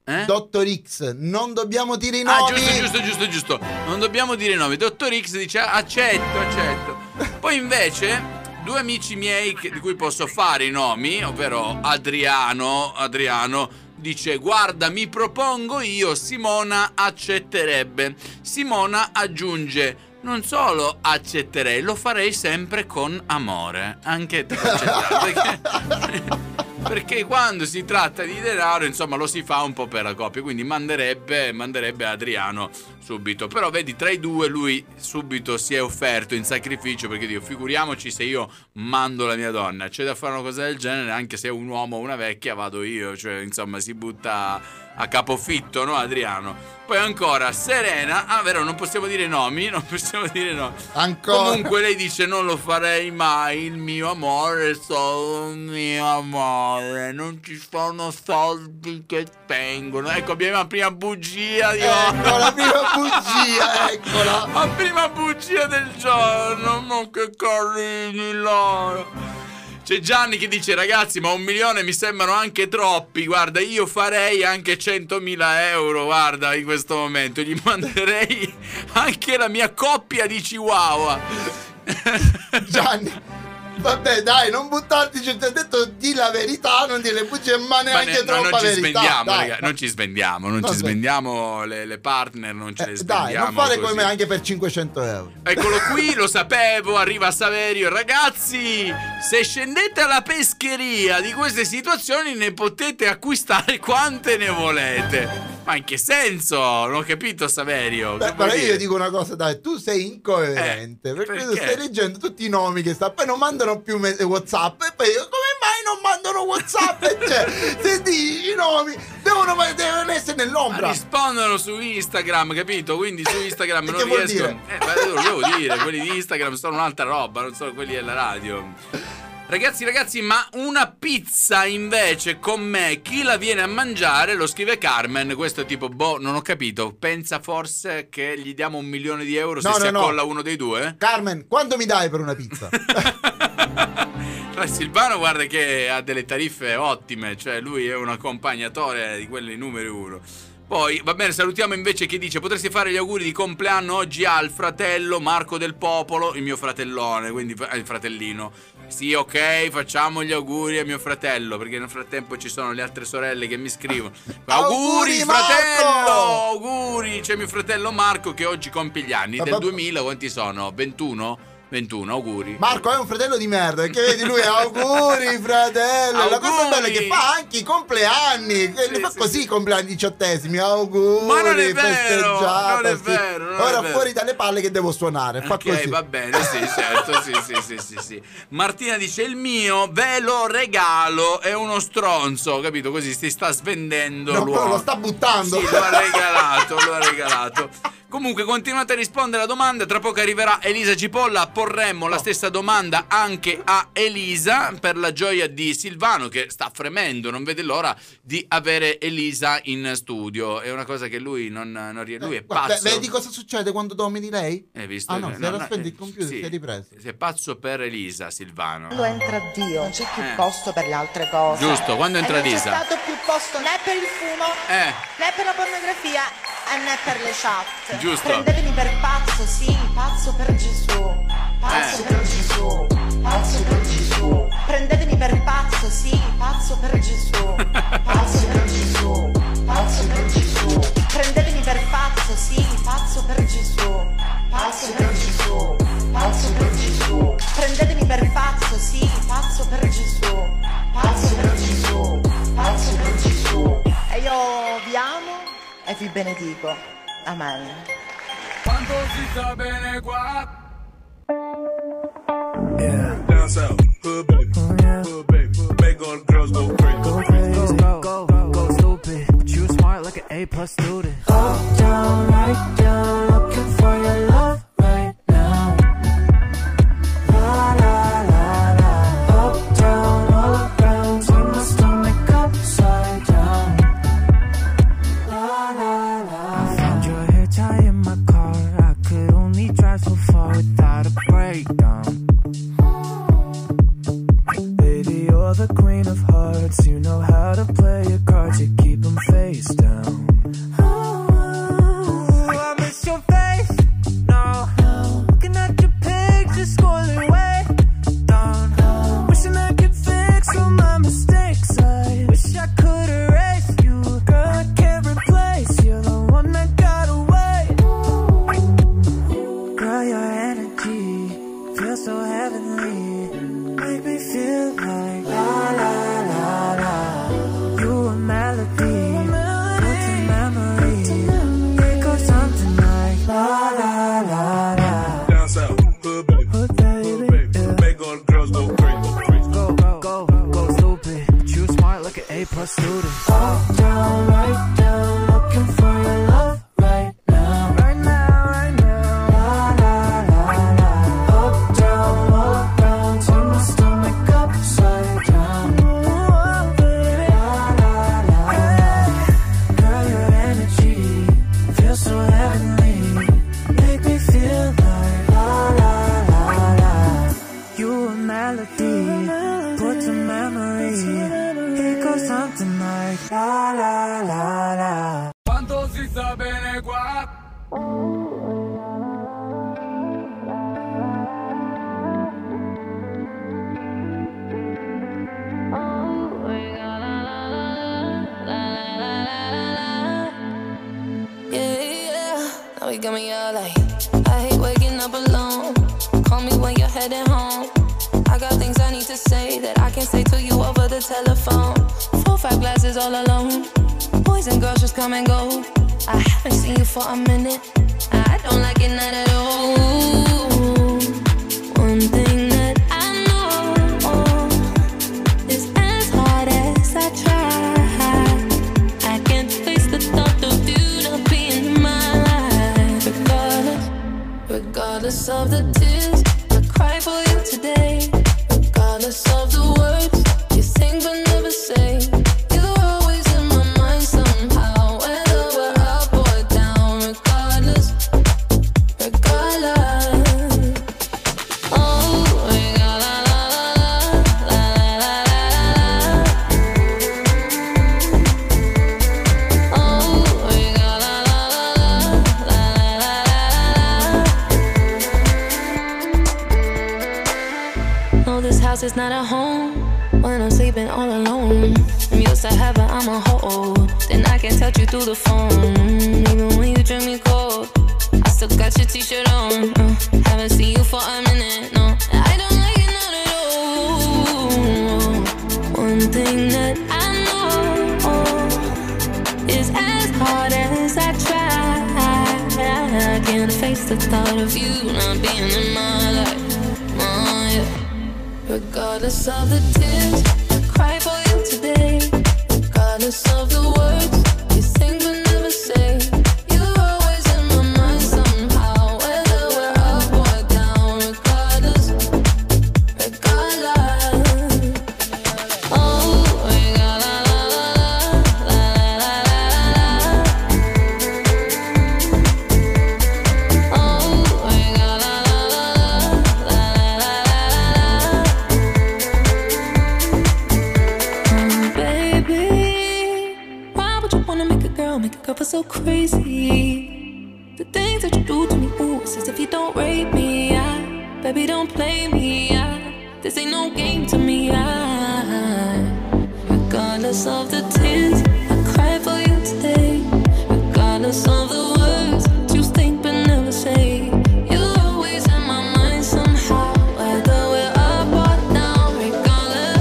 Dottor X, non dobbiamo dire i nomi. Giusto. Non dobbiamo dire i nomi. Dottor X dice accetto. Poi invece 2 amici miei di cui posso fare i nomi, ovvero Adriano dice: guarda, mi propongo io, Simona accetterebbe. Simona aggiunge: non solo accetterei, lo farei sempre con amore. Anche te accetterai, perché quando si tratta di denaro, insomma, lo si fa un po' per la coppia. Quindi manderebbe Adriano subito. Però vedi, tra i due lui subito si è offerto in sacrificio, perché dico, figuriamoci se io mando la mia donna, c'è da fare una cosa del genere, anche se è un uomo o una vecchia vado io, cioè insomma si butta a capofitto, no Adriano? Poi ancora Serena, vero, non possiamo dire nomi. Ancora. Comunque lei dice: non lo farei mai, il mio amore è solo il mio amore, non ci sono soldi che spengono. Ecco, abbiamo la prima bugia di ecco la prima bugia, eccola. La prima bugia del giorno, ma che carini loro. C'è Gianni che dice: ragazzi, ma 1 milione mi sembrano anche troppi. Guarda, io farei anche 100.000 euro. Guarda, in questo momento gli manderei anche la mia coppia di Chihuahua. Gianni, vabbè, dai, non buttarti, ti ho detto di la verità, non dire le bugie, ma neanche troppa verità. Non ci spendiamo, le partner, non ce le spendiamo. Dai, non fare come me anche per 500 euro. Eccolo qui, lo sapevo, arriva Saverio. Ragazzi, se scendete alla pescheria di queste situazioni ne potete acquistare quante ne volete. Ma in che senso? Non ho capito, Saverio. Beh, però io dico una cosa, dai, tu sei incoerente, perché tu stai leggendo tutti i nomi che sta, poi non mandano più WhatsApp, e poi come mai non mandano WhatsApp? Cioè, se dici i nomi devono essere nell'ombra. Ma rispondono su Instagram, capito? Quindi su Instagram non riescono. Lo devo dire, quelli di Instagram sono un'altra roba, non sono quelli della radio. Ragazzi, ma una pizza invece con me, chi la viene a mangiare? Lo scrive Carmen. Questo è tipo, non ho capito. Pensa forse che gli diamo 1 milione di euro se si accolla uno dei due? Carmen, quanto mi dai per una pizza? Silvano, guarda che ha delle tariffe ottime. Cioè lui è un accompagnatore di quelli numero 1. Poi, va bene, salutiamo invece chi dice: potresti fare gli auguri di compleanno oggi al fratello Marco del Popolo, il mio fratellone, quindi il fratellino. Sì, ok, facciamo gli auguri a mio fratello, perché nel frattempo ci sono le altre sorelle che mi scrivono: auguri fratello, auguri. C'è mio fratello Marco che oggi compie gli anni del 2000, quanti sono? 21, auguri. Marco è un fratello di merda, perché vedi lui auguri fratello. Auguri. La cosa bella è che fa anche i compleanni, fa così i compleanni 18esimi, auguri. Ma non è vero, non è vero. Ora fuori dalle palle che devo suonare, fa così. Va bene, sì, certo, sì. Martina dice: il mio ve lo regalo, è uno stronzo, capito? Così si sta svendendo l'uomo. Lo sta buttando. Sì, lo ha regalato. Comunque continuate a rispondere alla domanda. Tra poco arriverà Elisa Cipolla. Porremmo la stessa domanda anche a Elisa, per la gioia di Silvano che sta fremendo, non vede l'ora di avere Elisa in studio. È una cosa che lui non riesce. Lui è pazzo. Vedi cosa succede quando domini lei? Hai visto? Ah no, se era spento il computer, si è ripreso. Sei pazzo per Elisa, Silvano. Quando entra Dio non c'è più posto per le altre cose. Giusto, quando entra Elisa non c'è stato più posto né per il fumo né per la pornografia né per le chat. Giusto. Prendetemi per pazzo, sì, pazzo per Gesù. Pazzo per Gesù. Pazzo per Gesù. Prendetemi per pazzo, sì, pazzo per Gesù. Pazzo per Gesù. Pazzo per Gesù. Prendetemi per pazzo, sì, pazzo per Gesù. Pazzo per Gesù. Pazzo per Gesù. Prendetemi per pazzo, sì, pazzo per Gesù. Pazzo per Gesù. Pazzo per Gesù. E io vi amo e vi benedico. Amen. Quando si sta bene qua. Yeah. Down south, hood baby, hood baby, make all the girls go crazy. Go crazy, go stupid. But you smart like an A+ student. Up, down, right, down, looking for your love right now. La la la la. Up, down, all around, turn my stomach upside down. La la la. I found your hair tie in my car. I could only drive so far without a breakdown. Baby, you're the queen of hearts. You know how to play your cards. You keep them face down. A+ student. Uptown, right down, looking for your love right now. Right now, right now. La la la la. Uptown, all around, turn my stomach upside down. Oh, baby. La la la la. Girl, your energy feels so heavenly. Make me feel like la la la la. You a melody, put to memory. It goes something like la la la la. Quanto si sta bene qua. Now you got me all like, I hate waking up alone. Call me when you're heading home. I got things I need to say that I can't say to you over the telephone. 4, 5 glasses all alone. Boys and girls just come and go. I haven't seen you for a minute. I don't like it not at all. One thing that I know is as hard as I try, I can't face the thought of you not being in my life. Regardless of the tears I cry for you today, regardless of the words you sing but never say, you're always in my mind somehow, whether we're up or down. Regardless. Oh, no, this house is not a home when I'm sleeping all alone. I'm used to heaven, I'm a hold. Then I can touch you through the phone. Even when you drink me cold, I still got your t-shirt on. Haven't seen you for a minute, no. I don't like it not at all. One thing that I know is as hard as I try, I can't face the thought of you not being in my life. Regardless of the tears I cry for you today, regardless of the words you sing but never say, you're always in my mind somehow, whether we're up or down. Regardless. Oh, make a girl feel so crazy. The things that you do to me, ooh, it's as if you don't rape me. Baby, don't play me. This ain't no game to me. Regardless of the tears I cry for you today, regardless of the words you think but never say, you're always in my mind somehow, whether we're up or down. Regardless.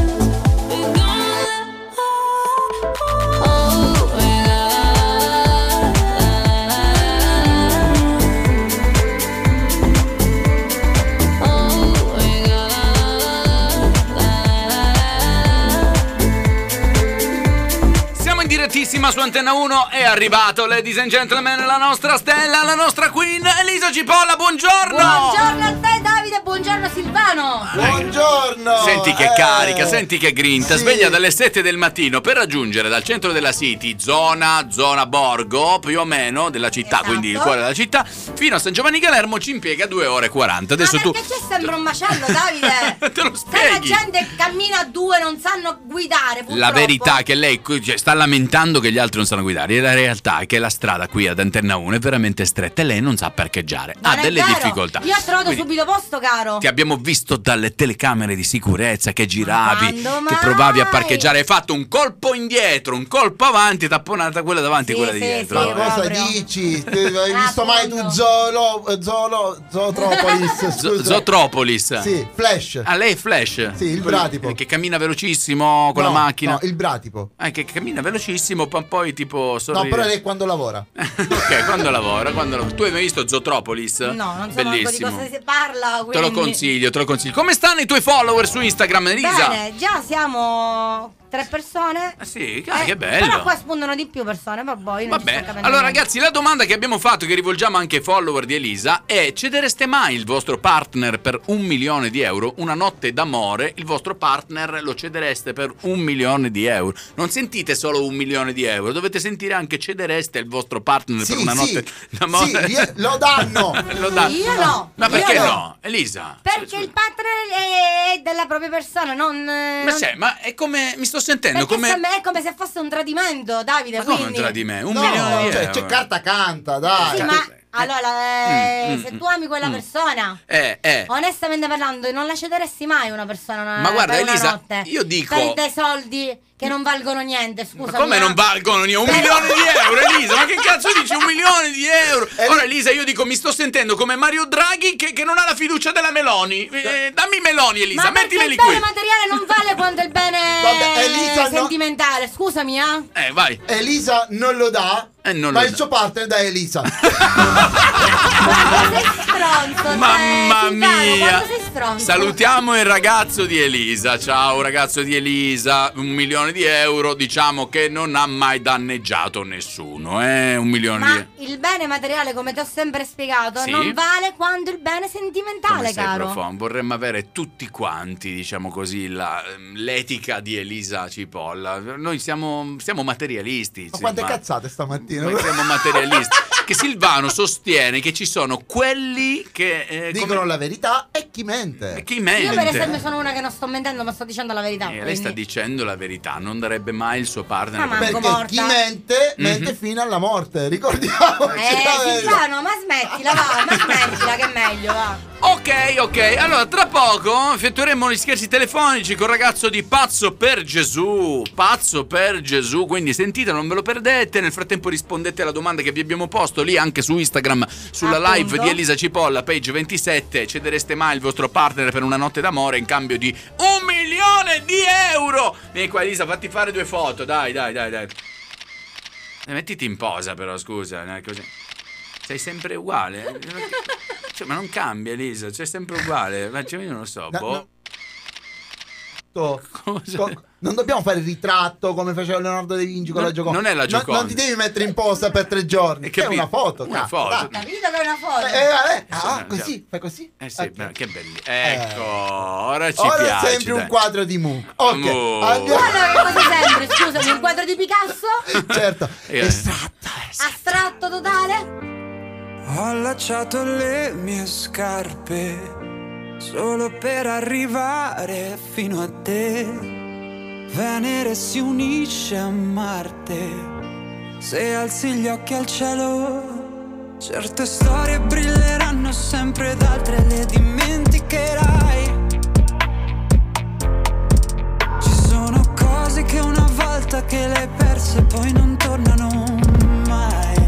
Direttissima su Antenna 1 è arrivato, ladies and gentlemen, la nostra stella, la nostra queen, Elisa Cipolla, buongiorno! Buongiorno a te Davide, buongiorno Silvano! Buongiorno! Senti che carica, senti che grinta, sì. Sveglia dalle 7 del mattino per raggiungere dal centro della City, zona Borgo, più o meno, della città, esatto. Quindi il cuore della città, fino a San Giovanni Calermo ci impiega 2 ore e 40. Adesso ma perché c'è sempre un macello, Davide? Te lo spieghi? Se la gente cammina a 2 non sanno guidare, purtroppo. La verità è che lei sta lamentando che gli altri non sanno guidare, e la realtà è che la strada qui ad Antenna 1 è veramente stretta e lei non sa parcheggiare, ha delle difficoltà. Io ho trovato subito posto, caro. Ti abbiamo visto dalle telecamere di sicurezza che giravi, che provavi a parcheggiare, hai fatto un colpo indietro, un colpo avanti, tapponata quella davanti e quella di dietro. Ma cosa dici? Hai visto mai tu Zootropolis? Sì, Flash. Ah, lei è Flash? Sì, il bratipo. Che cammina velocissimo con la macchina. No, il bratipo. Che cammina velocissimo, poi tipo sorride. No, però lei quando lavora. Ok, quando lavora. Tu hai mai visto Zootropolis? No, non so di cosa si parla. Te lo consiglio. Come stanno i tuoi follower su Instagram, Elisa? Bene, già siamo 3 persone. Sì, che bello. Però qua spuntano di più persone, Vabbè, allora ragazzi, la domanda che abbiamo fatto, che rivolgiamo anche ai follower di Elisa, è: cedereste mai il vostro partner per 1 milione di euro? Una notte d'amore, il vostro partner lo cedereste per 1 milione di euro? Non sentite solo 1 milione di euro, dovete sentire anche cedereste il vostro partner per una notte d'amore? Sì, lo danno. Lo danno. Io no. Ma perché no? Elisa? Perché il partner è della propria persona, non. Ma è come mi sto sentendo come. È come se fosse un tradimento, Davide. Ma quindi. come un tradimento? 1 milione di euro. C'è carta canta, dai. Sì, ma allora, se tu ami quella persona, onestamente parlando, non la cederesti mai una persona. Ma guarda, per una Elisa, notte, io dico. Per dei soldi che non valgono niente, scusa. Ma come non valgono niente? 1 milione di euro, Elisa? Ma che cazzo dici? 1 milione di euro? Ora, Elisa, io dico, mi sto sentendo come Mario Draghi che non ha la fiducia della Meloni. Dammi Meloni, Elisa, ma mettimeli qui. Ma qui. il bene materiale non vale quanto il bene Elisa, sentimentale, scusami, vai. Elisa non lo dà. Ma il suo partner da Elisa. Sei stronzo, mamma mia. Sei stronzo. Salutiamo il ragazzo di Elisa. Ciao ragazzo di Elisa. 1 milione di euro, diciamo che non ha mai danneggiato nessuno, 1 milione di euro. Il bene materiale, come ti ho sempre spiegato, Sì? non vale quanto il bene sentimentale, Come sei caro. profondo. Vorremmo avere tutti quanti, diciamo così, l'etica di Elisa Cipolla. Noi siamo materialisti. Ma quante cazzate stamattina? Noi siamo materialisti. Che Silvano sostiene che ci sono quelli che dicono la verità e chi mente. Chi mente? Io per esempio sono una che non sto mentendo, ma sto dicendo la verità. Lei sta dicendo la verità, non darebbe mai il suo partner. Perché chi mente fino alla morte, ricordiamo. Silvano, ma smettila, va, ma smettila che è meglio, va. Ok, allora tra poco effettueremo gli scherzi telefonici col ragazzo di Pazzo per Gesù, quindi sentite, non ve lo perdete. Nel frattempo rispondete alla domanda che vi abbiamo posto lì anche su Instagram, sulla live di Elisa Cipolla, page 27. Cedereste mai il vostro partner per una notte d'amore in cambio di 1 milione di euro? Vieni qua Elisa, fatti fare 2 foto, dai. Mettiti in posa però, scusa, così. Sei sempre uguale. Ma non cambia, Elisa, sei sempre uguale. Ma io non lo so, Non dobbiamo fare il ritratto come faceva Leonardo da Vinci con la Gioconda. Non è la Gioconda. Non ti devi mettere in posa per 3 giorni. È una foto. Una foto. Ho capito che è una foto. Così, fai così. Sì, che belli. Ecco, ora ci piace. Ora è sempre un quadro di Munch. Ok, andiamo. Guarda che così sempre, scusami, un quadro di Picasso? Certo, astratto totale? Ho allacciato le mie scarpe solo per arrivare fino a te. Venere si unisce a Marte se alzi gli occhi al cielo. Certe storie brilleranno sempre ed altre le dimenticherai. Ci sono cose che una volta che le hai perse poi non tornano mai.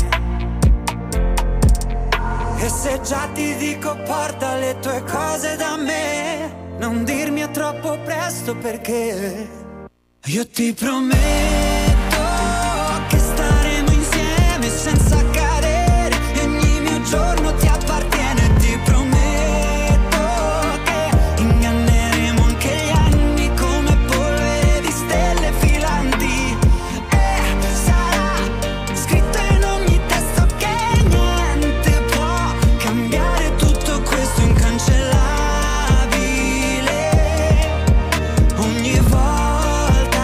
E se già ti dico porta le tue cose da me, non dirmi è troppo presto perché io ti prometto che staremo insieme senza cadere e ogni mio giorno ti appartiene. Ti prometto che inganneremo anche gli anni come polvere di stelle filanti. E sarà scritto in ogni testo che niente può cambiare tutto questo incancellabile. Ogni volta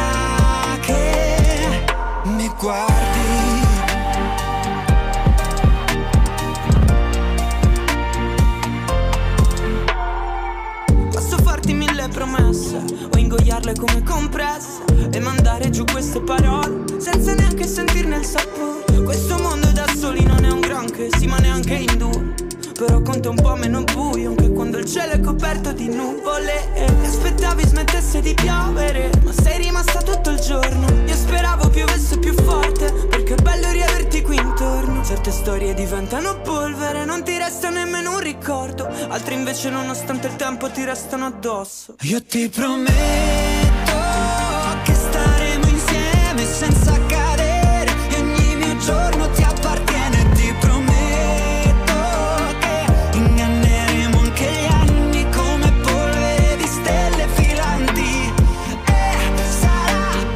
mi guardi, posso farti 1000 promesse o ingoiarle come compresse e mandare giù queste parole senza neanche sentirne il sapore. Questo mondo da soli non è un granché, sì, ma neanche in 2. Però conta un po' meno buio anche quando il cielo è coperto di nuvole. E aspettavi smettesse di piovere, ma sei rimasta tutto il giorno. Io speravo piovesse più forte, perché è bello riaverti qui intorno. Certe storie diventano polvere, non ti resta nemmeno un ricordo. Altre invece nonostante il tempo ti restano addosso. Io ti prometto che staremo insieme senza cadere e ogni mio giorno ti appartiene. Ti prometto che inganneremo anche gli anni come polvere di stelle filanti. E sarà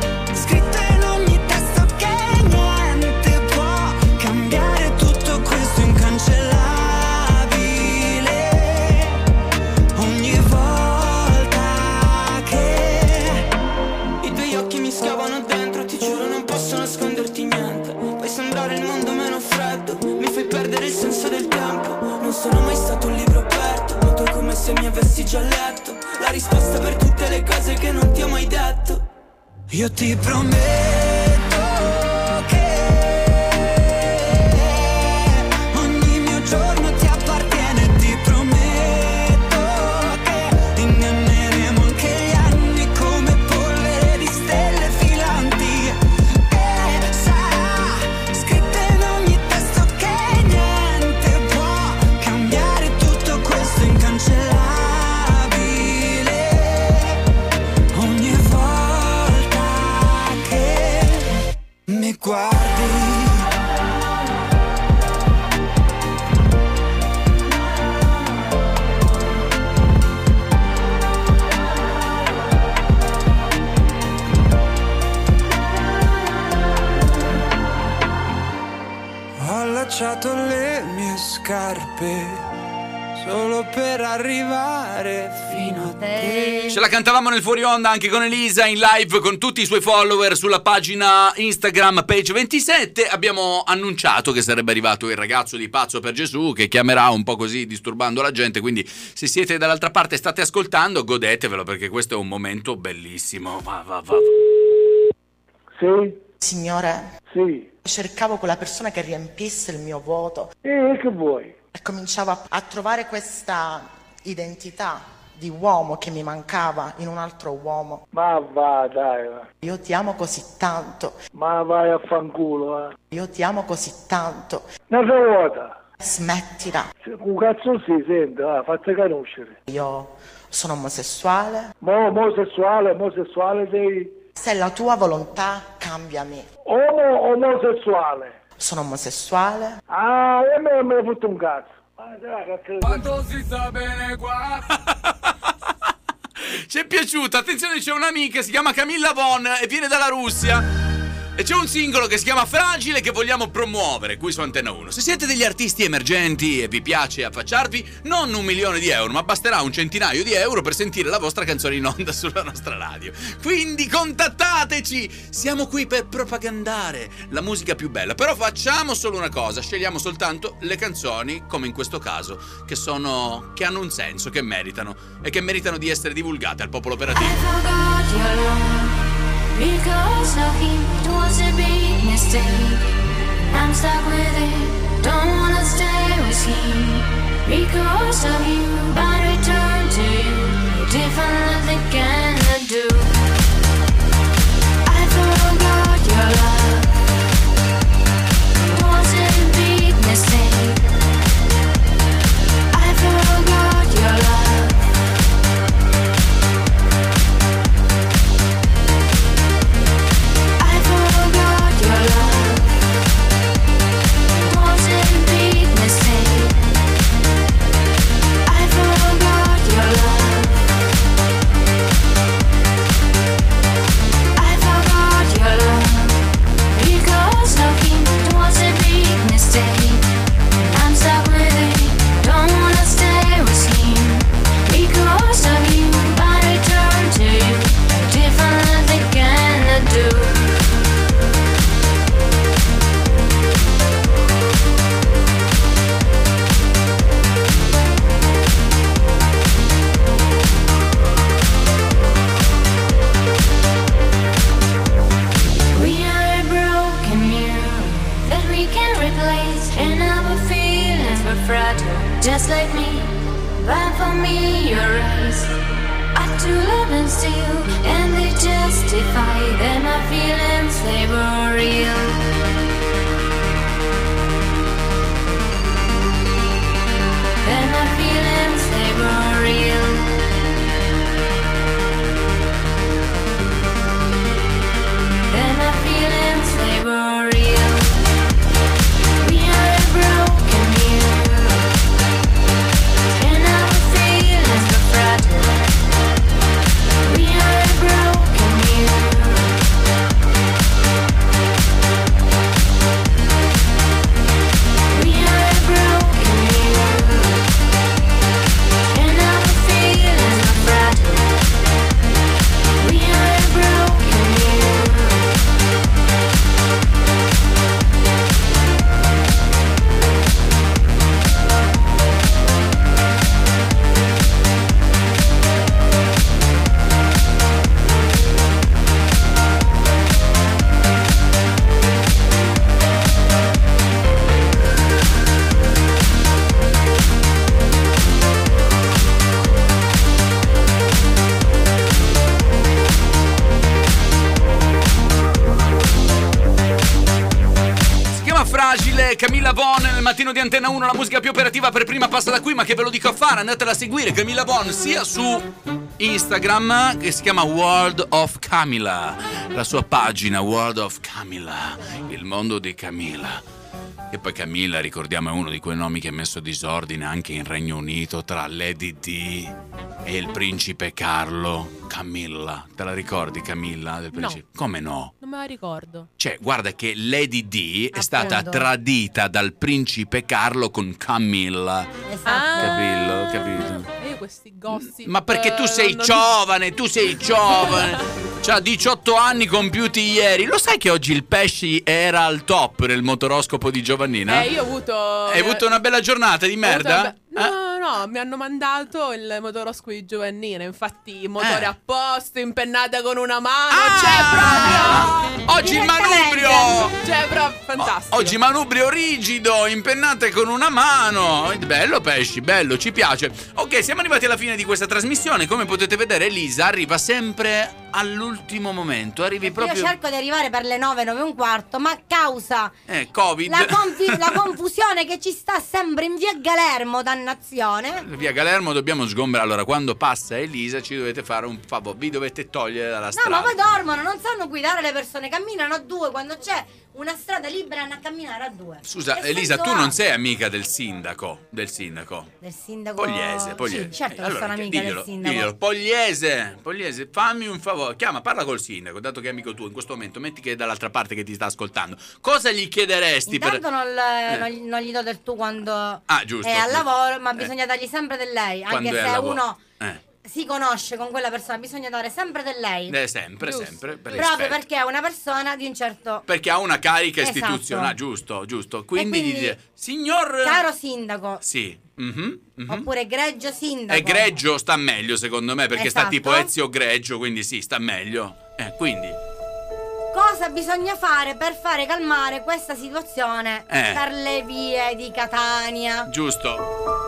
detto. Io ti prometto che ogni mio giorno ti appartiene. Ti prometto che inganneremo anche gli anni come polvere di stelle filanti. E sarà scritto in ogni testo che niente può cambiare tutto questo incancellabile. Ogni volta che mi guardi. Ho allacciato le mie scarpe solo per arrivare fino a te. Ce la cantavamo nel fuori onda anche con Elisa in live con tutti i suoi follower sulla pagina Instagram Page 27. Abbiamo annunciato che sarebbe arrivato il ragazzo di Pazzo per Gesù, che chiamerà un po' così disturbando la gente, quindi se siete dall'altra parte e state ascoltando, godetevelo perché questo è un momento bellissimo. Va. Sì? Signore? Sì. Cercavo quella persona che riempisse il mio vuoto. Che vuoi? E cominciavo a trovare questa identità di uomo che mi mancava in un altro uomo. Ma va, dai, va. Io ti amo così tanto. Ma vai a fanculo, Io ti amo così tanto. Una vuota. Smettila. Un cazzo si sente, fatti conoscere. Io sono omosessuale. Omosessuale sei? Se è la tua volontà, cambiami. Omosessuale. Sono omosessuale. E me ne fotto un cazzo. Quanto si sta bene qua. Ci è piaciuta, attenzione, c'è un'amica, si chiama Camilla Von e viene dalla Russia. E c'è un singolo che si chiama Fragile che vogliamo promuovere qui su Antenna 1. Se siete degli artisti emergenti e vi piace affacciarvi, non 1 milione di euro, ma basterà un centinaio di euro per sentire la vostra canzone in onda sulla nostra radio. Quindi contattateci, siamo qui per propagandare la musica più bella. Però facciamo solo una cosa, scegliamo soltanto le canzoni, come in questo caso, che hanno un senso, che meritano e che meritano di essere divulgate al popolo operativo. Because of him, it was a big mistake. I'm stuck with it, don't wanna stay with him. Because of you, I return to you. Different nothing can I do. I forgot your love. It was a big mistake. I forgot your love. Just like me, but for me your eyes are to love and steal, and they justify that my feelings, they were real. That my feelings, they were real. That my feelings, they were real. We are a broken mirror. We are a broken mirror. c'è Camilla Von nel mattino di Antenna 1, la musica più operativa per prima passa da qui, ma che ve lo dico a fare, andatela a seguire Camilla Von sia su Instagram, che si chiama World of Camilla, la sua pagina World of Camilla, il mondo di Camilla. E poi Camilla, ricordiamo, è uno di quei nomi che ha messo disordine anche in Regno Unito tra Lady Di e il principe Carlo. Camilla, te la ricordi Camilla del principe? No. Come no? Non me la ricordo. Cioè, guarda che Lady Di è stata tradita dal principe Carlo con Camilla. Esatto. Capito? E io questi gossip. Ma perché tu sei giovane, C'ha 18 anni compiuti ieri. Lo sai che oggi il Pesci era al top nel motoroscopo di Giovannina? Io ho avuto... Hai avuto una bella giornata di merda? No, mi hanno mandato il motoroscopo di Giovannina. Infatti, motore a posto, impennata con una mano. Proprio. Oggi il manubrio. Proprio fantastico. Oggi manubrio rigido, impennate con una mano. Bello Pesci, bello, ci piace. Ok, siamo arrivati alla fine di questa trasmissione. Come potete vedere, Elisa arriva sempre all'ultimo momento. Arrivi proprio. Io cerco di arrivare per le 9, 9 e un quarto, ma a causa Covid, la confusione che ci sta sempre in via Galermo, dannazione. Via Galermo dobbiamo sgomberare. Allora, quando passa Elisa ci dovete fare un favore, vi dovete togliere dalla strada. No, ma poi dormono, non sanno guidare le persone, camminano a due, quando c'è una strada libera hanno a camminare a due. Scusa, Elisa, tu non sei amica del sindaco? Del sindaco Pogliese. Sì, certo che sono amica del sindaco. Diglielo. Pogliese, fammi un favore, parla col sindaco, dato che è amico tuo in questo momento, metti che è dall'altra parte che ti sta ascoltando. Cosa gli chiederesti? Intanto non gli do del tu quando giusto, è al lavoro, ma bisogna dargli sempre del lei, quando anche se uno si conosce con quella persona, bisogna dare sempre del lei. Sempre. Proprio perché è una persona di un certo... Perché ha una carica istituzionale, giusto. Quindi gli dire, signor... Caro sindaco. Sì. Oppure egregio sindaco. Egregio sta meglio secondo me, perché sta Esatto. tipo Ezio Greggio, quindi sì, sta meglio. Quindi... Cosa bisogna fare per fare calmare questa situazione per le vie di Catania? Giusto.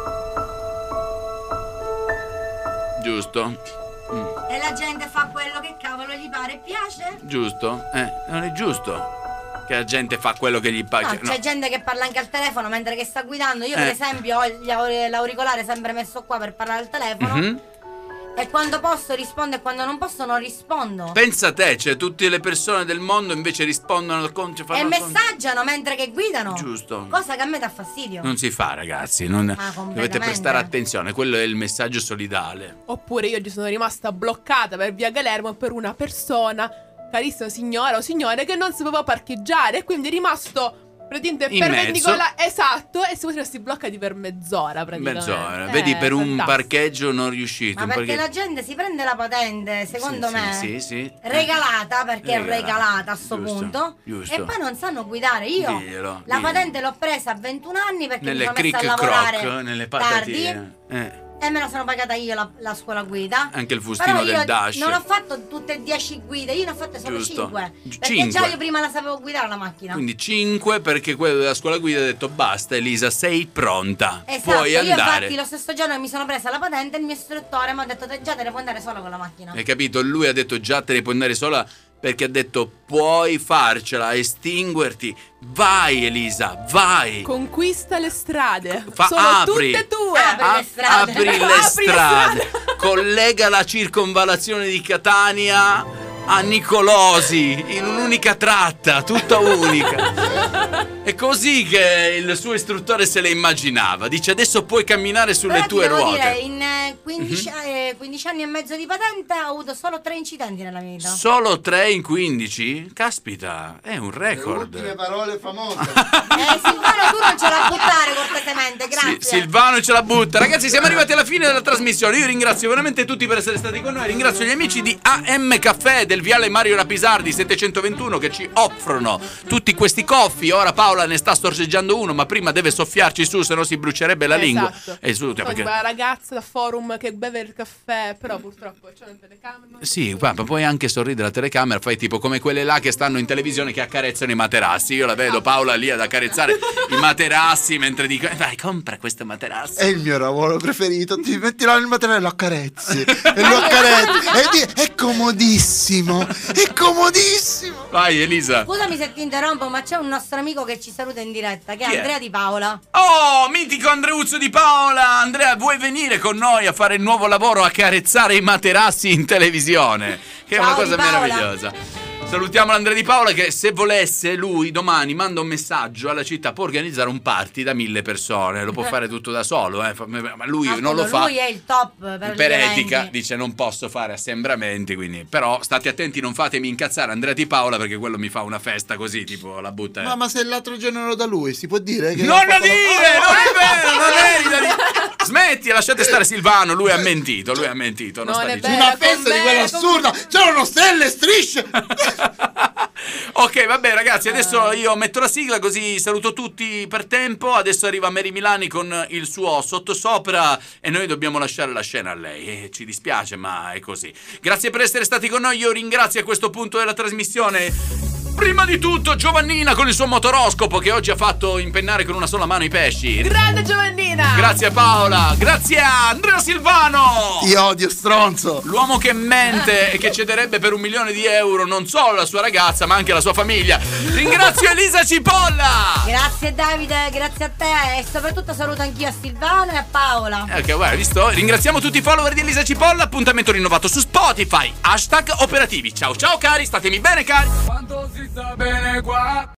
E la gente fa quello che cavolo gli pare e piace? Giusto. Non è giusto che la gente fa quello che gli piace. No, c'è gente che parla anche al telefono mentre che sta guidando. Io per esempio ho l'auricolare sempre messo qua per parlare al telefono. E quando posso rispondo e quando non posso non rispondo. Pensa a te, cioè tutte le persone del mondo invece rispondono e messaggiano mentre che guidano. Giusto. Cosa che a me dà fastidio. Non si fa, ragazzi, dovete prestare attenzione, quello è il messaggio solidale. Oppure io oggi sono rimasta bloccata per via Galermo per una persona, carissima signora o signore, che non sapeva parcheggiare e quindi è rimasto praticamente perpendicolare, esatto, e siamo rimasti bloccati per mezz'ora praticamente. Vedi, per un parcheggio non riuscito. Ma perché la gente si prende la patente, secondo me, sì. regalata, perché è regalata a sto punto, giusto. e poi non sanno guidare. Io la patente l'ho presa a 21 anni perché mi sono messa a lavorare nelle patatine. tardi. E me la sono pagata io la scuola guida. Anche il fustino del dash. Non ho fatto tutte e 10 guide, io ne ho fatte solo 5. Perché 5. già io prima la sapevo guidare la macchina. Quindi 5, perché quello della scuola guida ha detto basta Elisa, sei pronta. Esatto, puoi andare. Io infatti lo stesso giorno che mi sono presa la patente, il mio istruttore mi ha detto già te ne puoi andare sola con la macchina. Hai capito? Lui ha detto già te ne puoi andare sola, perché ha detto puoi farcela, estinguerti. Vai Elisa, vai. Conquista le strade. Sono tutte tue. Apri le strade. Collega la circonvallazione di Catania a Nicolosi in un'unica tratta, tutta unica. È così che il suo istruttore se le immaginava. Dice adesso puoi camminare sulle tue ruote. Dire, in 15 anni e mezzo di patente ho avuto solo 3 incidenti nella mia vita. Solo 3 in 15? Caspita, è un record. Le ultime parole famose. Silvano, tu non ce la buttare cortesemente, grazie. Silvano ce la butta. Ragazzi, siamo arrivati alla fine della trasmissione. Io ringrazio veramente tutti per essere stati con noi. Ringrazio gli amici di AM Caffè del viale Mario Rapisardi 721 che ci offrono tutti questi coffee. Ora Paola ne sta sorseggiando uno, ma prima deve soffiarci su, se no si brucierebbe la lingua. E su, perché... una ragazza da forum che beve il caffè, però purtroppo c'è una telecamera. Sì, ma puoi anche sorridere alla telecamera, fai tipo come quelle là che stanno in televisione che accarezzano i materassi. Io la vedo Paola lì ad accarezzare i materassi mentre dico vai, compra questo materasso. È il mio lavoro preferito. Ti metti là nel materasso e lo accarezzi. E lo accarezzi. È comodissimo. comodissimo. È comodissimo. Vai Elisa. Scusami se ti interrompo, ma c'è un nostro amico che ci saluta in diretta, che è Andrea Di Paola. Oh, mitico Andreuzzo Di Paola. Andrea, vuoi venire con noi a fare il nuovo lavoro, a carezzare i materassi in televisione? Che Ciao, è una cosa Di Paola. meravigliosa. Salutiamo l'Andrea Di Paola che se volesse lui domani manda un messaggio alla città, può organizzare un party da 1000 persone, lo può fare tutto da solo, ma lui non lo fa. Lui è il top per etica, eventi. dice non posso fare assembramenti, quindi però state attenti, non fatemi incazzare Andrea Di Paola perché quello mi fa una festa così, tipo la butta. Ma se l'altro giorno ero da lui, si può dire che non lo dire, non è vero, non è da dire. Smetti, lasciate stare Silvano, lui ha mentito, non sta dicendo. Una festa di quella assurda, c'erano stelle, strisce. Ok, vabbè ragazzi, adesso io metto la sigla così saluto tutti per tempo. Adesso arriva Mary Milani con il suo Sottosopra e noi dobbiamo lasciare la scena a lei. Ci dispiace, ma è così. Grazie per essere stati con noi. Io ringrazio a questo punto della trasmissione prima di tutto Giovannina con il suo motoroscopo che oggi ha fatto impennare con una sola mano i pesci. Grande Giovannina! Grazie a Paola, grazie a Andrea Silvano. Ti odio, stronzo. L'uomo che mente e che cederebbe per 1 milione di euro non solo la sua ragazza ma anche la sua famiglia. Ringrazio Elisa Cipolla. Grazie Davide, grazie a te e soprattutto saluto anch'io a Silvano e a Paola. Ok, guarda, visto? Ringraziamo tutti i follower di Elisa Cipolla. Appuntamento rinnovato su Spotify. #operativi. Ciao ciao cari, statemi bene cari. Quanto si sta bene qua.